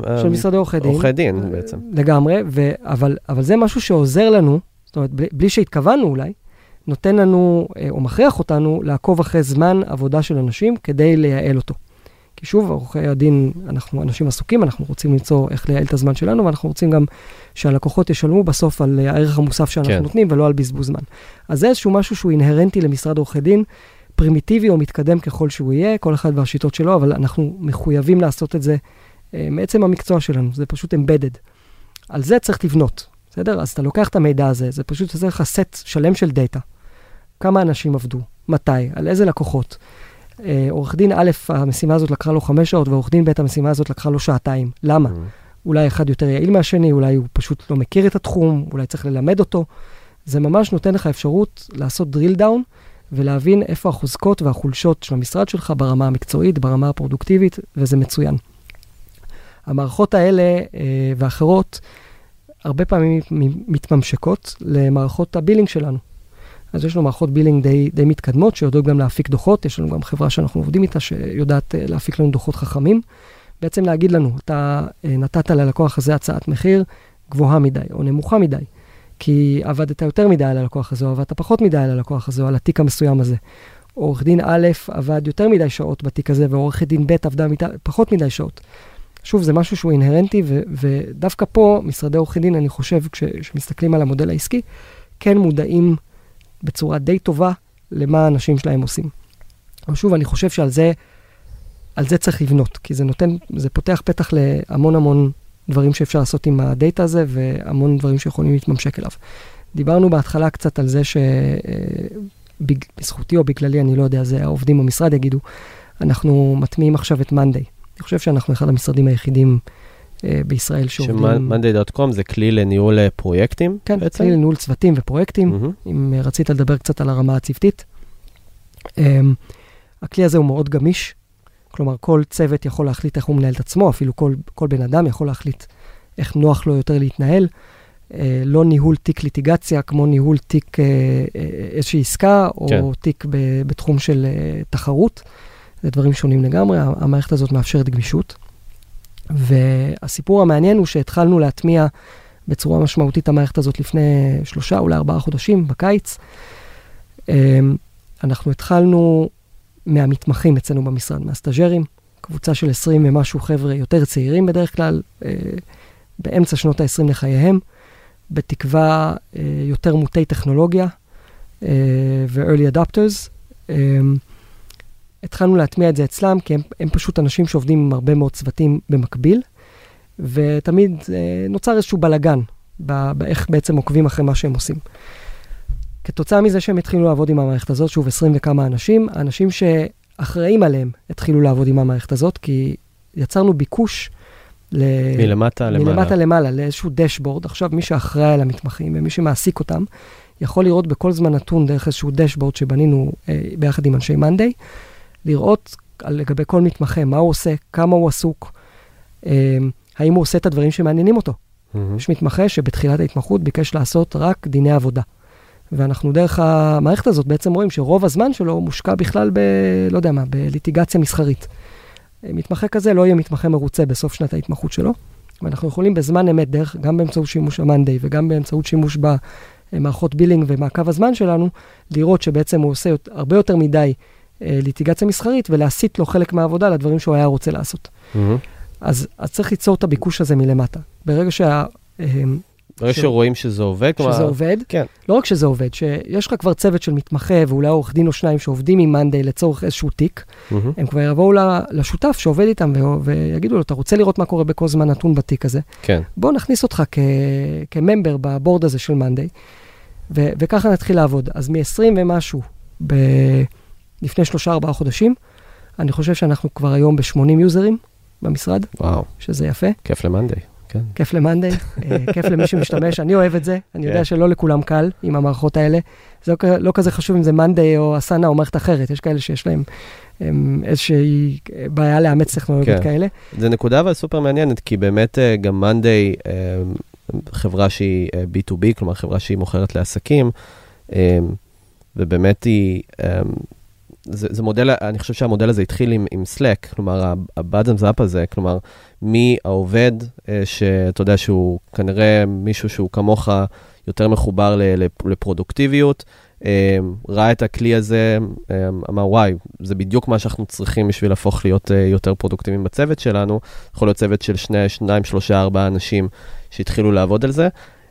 עורכי דין בעצם. לגמרי, אבל זה משהו שעוזר לנו, זאת אומרת, בלי שהתכוונו אולי, נותן לנו, או מכריח אותנו, לעקוב אחרי זמן עבודה של אנשים כדי לייעל אותו. כי שוב, עורכי הדין, אנחנו אנשים עסוקים, אנחנו רוצים למצוא איך לייעל את הזמן שלנו, ואנחנו רוצים גם שהלקוחות ישלמו בסוף על הערך המוסף שאנחנו כן. נותנים, ולא על בזבוז זמן. אז זה איזשהו משהו שהוא אינהרנטי למשרד עורכי דין, פרימיטיבי או מתקדם ככל שהוא יהיה, כל אחד והשיטות שלו, אבל אנחנו מחויבים לעשות את זה אה, מעצם המקצוע שלנו, זה פשוט embedded. על זה צריך לבנות, בסדר? אז אתה לוקח את המידע הזה, זה פשוט עושה לך סט שלם של דאטה. כמה אנשים עבדו, מתי, על איזה לקוחות. עורך דין א', המשימה הזאת לקחה לו חמש שעות, ועורך דין ב', המשימה הזאת לקחה לו שעתיים. למה? אולי אחד יותר יעיל מהשני, אולי הוא פשוט לא מכיר את התחום, אולי צריך ללמד אותו. זה ממש נותן לך אפשרות לעשות drill down, ולהבין איפה החוזקות והחולשות של המשרד שלך ברמה המקצועית, ברמה הפרודוקטיבית, וזה מצוין. המערכות האלה ואחרות, הרבה פעמים מתממשקות למערכות הבילינג שלנו. אז יש לנו מערכות בילינג די, די מתקדמות, שיודעות גם להפיק דוחות, יש לנו גם חברה שאנחנו עובדים איתה, שיודעת להפיק לנו דוחות חכמים, בעצם להגיד לנו, אתה נתת ללקוח הזה הצעת מחיר גבוהה מדי, או נמוכה מדי, כי עבדת יותר מדי על הלקוח הזה, או עבדת פחות מדי על הלקוח הזה, או על התיק המסוים הזה. עורך דין א' עבד יותר מדי שעות בתיק הזה, ועורך דין ב' עבדה מת... פחות מדי שעות. שוב, זה משהו שהוא אינהרנטי, ו... ודווקא פה, משרדי עורכי דין, אני חושב, כשמסתכלים על המודל העסקי, כן מודעים בצורה די טובה למה האנשים שלהם עושים. אבל שוב, אני חושב שעל זה, על זה צריך לבנות, כי זה נותן, זה פותח פתח להמון המון דברים שאפשר לעשות עם הדאטה הזה, והמון דברים שיכולים להתממשק אליו. דיברנו בהתחלה קצת על זה שבזכותי או בכללי, אני לא יודע, זה העובדים במשרד יגידו, אנחנו מטמיעים עכשיו את מאנדיי. אני חושב שאנחנו אחד המשרדים היחידים בישראל שעובדים... ש-מאנדיי דוט קום זה כלי לניהול פרויקטים? כן, בעצם? כלי לניהול צוותים ופרויקטים, mm-hmm. אם רצית לדבר קצת על הרמה הצוותית. Um, הכלי הזה הוא מאוד גמיש, כלומר כל צוות יכול להחליט איך הוא מנהל את עצמו, אפילו כל, כל בן אדם יכול להחליט איך נוח לו יותר להתנהל, uh, לא ניהול תיק ליטיגציה, כמו ניהול תיק uh, איזושהי עסקה, או כן. תיק ב- בתחום של uh, תחרות, זה דברים שונים לגמרי, המערכת הזאת מאפשרת גמישות. והסיפור המעניין הוא שהתחלנו להטמיע בצורה משמעותית המערכת הזאת לפני שלושה, אולי ארבעה חודשים, בקיץ. אנחנו התחלנו מהמתמחים אצלנו במשרד, מהסטאג'רים, קבוצה של עשרים ומשהו חבר'ה יותר צעירים בדרך כלל, באמצע שנות ה-עשרים לחייהם, בתקווה יותר מוטי טכנולוגיה ו-early adopters. התחלנו להטמיע את זה אצלם, כי הם, הם פשוט אנשים שעובדים עם הרבה מאוד צוותים במקביל, ותמיד אה, נוצר איזשהו בלגן, באיך בעצם עוקבים אחרי מה שהם עושים. כתוצאה מזה שהם התחילו לעבוד עם המערכת הזאת, שוב עשרים וכמה אנשים, האנשים שאחראים עליהם התחילו לעבוד עם המערכת הזאת, כי יצרנו ביקוש ל... מלמטה למעלה. מלמטה למעלה, לאיזשהו דשבורד. עכשיו מי שאחראי על המתמחים ומי שמעסיק אותם, יכול לראות בכל זמן נתון דרך איזשהו דשבורד שבנינו אה, ביחד עם אנשי מאנדיי, לראות לגבי כל מתמחה, מה הוא עושה, כמה הוא עסוק, אה, האם הוא עושה את הדברים שמעניינים אותו. Mm-hmm. יש מתמחה שבתחילת ההתמחות ביקש לעשות רק דיני עבודה. ואנחנו דרך המערכת הזאת בעצם רואים שרוב הזמן שלו מושקע בכלל ב... לא יודע מה, בליטיגציה מסחרית. מתמחה כזה לא יהיה מתמחה מרוצה בסוף שנת ההתמחות שלו, ואנחנו יכולים בזמן אמת, דרך, גם באמצעות שימוש המאנדיי וגם באמצעות שימוש במערכות בילינג ומעקב הזמן שלנו, לראות שבעצם הוא עושה הרבה יותר מדי ליטיגציה מסחרית, ולהסיט לו חלק מהעבודה לדברים שהוא היה רוצה לעשות. Mm-hmm. אז, אז צריך ליצור את הביקוש הזה מלמטה. ברגע שה... ברגע ש... שרואים שזה עובד, שזה כלומר... עובד, כן. לא רק שזה עובד, שיש לך כבר צוות של מתמחה, ואולי עורך דין או שניים שעובדים עם מאנדיי לצורך איזשהו תיק, mm-hmm. הם כבר יבואו לשותף שעובד איתם, ו... ויגידו לו, אתה רוצה לראות מה קורה בכל זמן נתון בתיק הזה? כן. בוא נכניס אותך כ... כממבר בבורד הזה של מאנדיי, ו... וככה נתחיל לעבוד. אז מ-עשרים ומשהו, ב... לפני שלושה, ארבעה חודשים, אני חושב שאנחנו כבר היום ב-שמונים יוזרים במשרד, וואו. שזה יפה. כיף למנדי, כן. כיף למנדי, כיף למי שמשתמש, אני אוהב את זה, אני יודע שלא לכולם קל עם המערכות האלה, זה לא כזה חשוב אם זה מנדי או אסנה או מערכת אחרת, יש כאלה שיש להם איזושהי בעיה לאמץ טכנולוגיות כאלה. זה נקודה אבל סופר מעניינת, כי באמת גם מנדי, חברה שהיא בי טו בי, כלומר חברה שהיא מוכרת לעסקים, ובאמת היא, זה, זה מודל, אני חושב שהמודל הזה התחיל עם, עם Slack, כלומר, ה-bottoms up הזה, כלומר, מי העובד, שאתה יודע שהוא כנראה מישהו שהוא כמוך יותר מחובר לפרודוקטיביות, ראה את הכלי הזה, אמר, וואי, זה בדיוק מה שאנחנו צריכים בשביל להפוך להיות יותר פרודוקטיביים בצוות שלנו, יכול להיות צוות של שני, שניים, שלושה, ארבעה אנשים שהתחילו לעבוד על זה,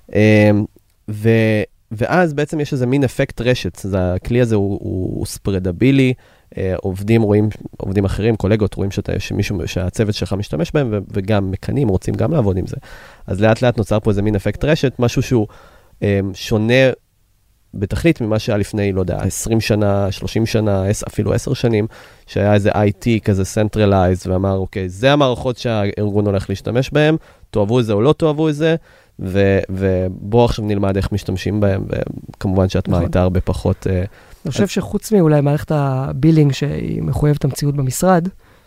ו... ואז בעצם יש איזה מין אפקט רשת, הכלי הזה הוא, הוא, הוא ספרדבילי, עובדים רואים, עובדים אחרים, קולגות רואים שאתה, שמישהו, שהצוות שלך משתמש בהם, וגם מקנים, רוצים גם לעבוד עם זה. אז לאט לאט נוצר פה איזה מין אפקט רשת, משהו שהוא שונה בתכלית ממה שהיה לפני, לא יודע, עשרים שנה, שלושים שנה, אפילו עשר שנים, שהיה איזה איי טי כזה centralized, ואמר, אוקיי, זה המערכות שהארגון הולך להשתמש בהם, תאהבו את זה או לא תאהבו את זה, ו- ובוא עכשיו נלמד איך משתמשים בהם, וכמובן שהתמה הייתה הרבה פחות... אני חושב שחוץ מאולי מערכת הבילינג שהיא מחויבת המציאות במשרד,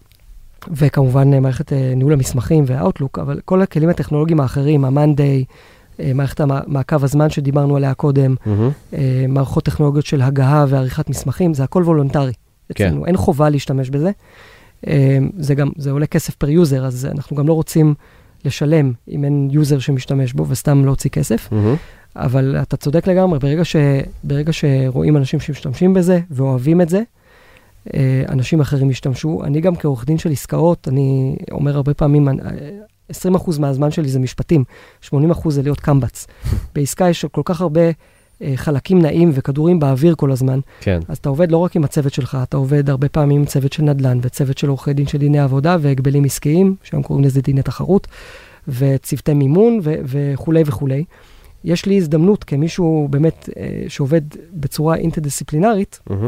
וכמובן מערכת ניהול המסמכים והאוטלוק, אבל כל הכלים הטכנולוגיים האחרים, המאנדיי, מערכת מעקב הזמן שדיברנו עליה קודם, מערכות טכנולוגיות של הגהה ועריכת מסמכים, זה הכל וולונטרי. אצלנו, אין חובה להשתמש בזה. זה גם, זה עולה כסף פר יוזר, אז אנחנו גם לא רוצים לשלם אם אין יוזר שמשתמש בו, וסתם להוציא כסף. אבל אתה צודק לגמרי, ברגע ש, ברגע שרואים אנשים שמשתמשים בזה, ואוהבים את זה, אנשים אחרים משתמשו. אני גם כעורך דין של עסקאות, אני אומר הרבה פעמים, עשרים אחוז מהזמן שלי זה משפטים, שמונים אחוז זה להיות קמבץ. בעסקה יש כל כך הרבה חלקים נעים וכדורים באוויר כל הזמן. כן. אז אתה עובד לא רק עם הצוות שלך, אתה עובד הרבה פעמים עם צוות של נדל"ן, וצוות של עורכי דין של דיני עבודה, והגבלים עסקיים, שהם קוראים לזה דיני תחרות, וצוותי מימון ו- וכולי וכולי. יש לי הזדמנות כמישהו באמת שעובד בצורה אינטרדיסציפלינרית, mm-hmm.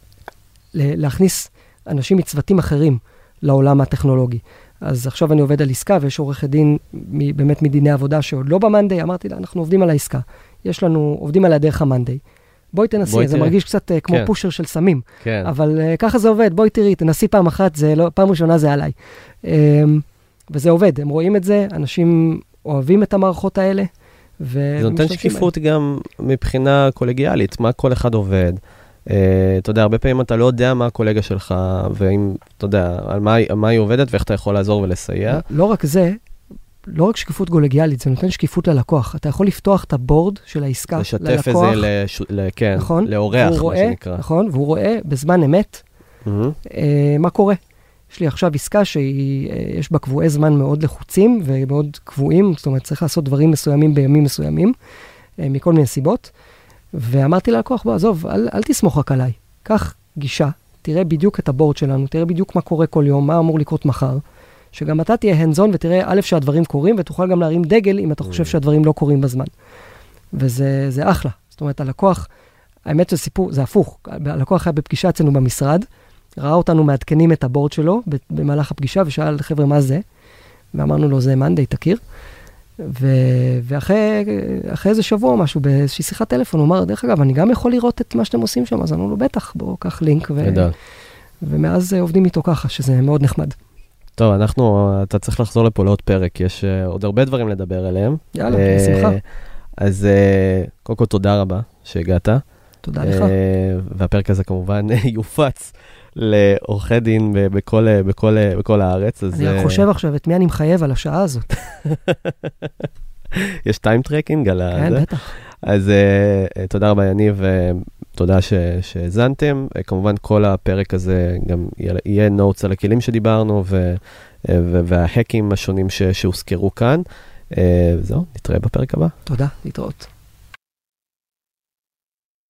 להכניס אנשים מצוותים אחרים לעולם הטכנולוגי. אז עכשיו אני עובד על עסקה, ויש עורכי דין באמת מדיני עבודה שעוד לא במנדי, אמרתי לה, אנחנו עובדים על העסקה. יש לנו, עובדים על הדרך המנדי. בואי תנסי, בואי זה תראה. מרגיש קצת uh, כמו כן. פושר של סמים. כן. אבל uh, ככה זה עובד, בואי תראי, תנסי פעם אחת, זה לא, פעם ראשונה זה עליי. Um, וזה עובד, הם רואים את זה, אנשים אוהבים את המערכות האלה. זה נותן שקיפות גם מבחינה קולגיאלית, מה כל אחד עובד. Uh, אתה יודע, הרבה פעמים אתה לא יודע מה הקולגה שלך, ואם, אתה יודע, על מה, על מה היא עובדת, ואיך אתה יכול לעזור ולסייע. לא רק זה, לא רק שקיפות קולגיאלית, זה נותן שקיפות ללקוח. אתה יכול לפתוח את הבורד של העסקה לשתף ללקוח. לשתף את זה, לש... ל... כן, נכון? לאורח, רואה, מה שנקרא. נכון, והוא רואה בזמן אמת mm-hmm. אה, מה קורה. יש לי עכשיו עסקה שיש בה קבועי זמן מאוד לחוצים, ומאוד קבועים, זאת אומרת, צריך לעשות דברים מסוימים בימים מסוימים, אה, מכל מיני סיבות. ואמרתי ללקוח, בוא, עזוב, אל, אל תסמוך רק עליי. קח גישה, תראה בדיוק את הבורד שלנו, תראה בדיוק מה קורה כל יום, מה אמור לקרות מחר. שגם אתה תהיה הנזון ותראה א' שהדברים קורים, ותוכל גם להרים דגל אם אתה חושב שהדברים לא קורים בזמן. וזה זה אחלה. זאת אומרת, הלקוח, האמת זה סיפור, זה הפוך. הלקוח היה בפגישה אצלנו במשרד, ראה אותנו מעדכנים את הבורד שלו במהלך הפגישה, ושאל, חבר'ה, מה זה? ואמרנו לו, זה מאנדיי, תכיר. ו- ואחרי אחרי איזה שבוע משהו, באיזושהי שיחת טלפון, הוא אמר, דרך אגב, אני גם יכול לראות את מה שאתם עושים שם, אז אמרנו לו, בטח, בואו, קח לינק. ו- ומאז עובדים איתו ככה, שזה מאוד נחמד. טוב, אנחנו, אתה צריך לחזור לפה לעוד פרק, יש uh, עוד הרבה דברים לדבר עליהם. יאללה, בשמחה. אז uh, קודם כל תודה רבה שהגעת. תודה לך. והפרק הזה כמובן יופץ לעורכי דין בכל, בכל, בכל הארץ. אני חושב עכשיו את מי אני מחייב על השעה הזאת. יש טיים טרקינג על זה? כן, בטח. אז תודה רבה יניב, תודה שהזנתם. כמובן כל הפרק הזה גם יהיה נוטס על הכלים שדיברנו, וההקים השונים שהוזכרו כאן. זהו, נתראה בפרק הבא. תודה, להתראות.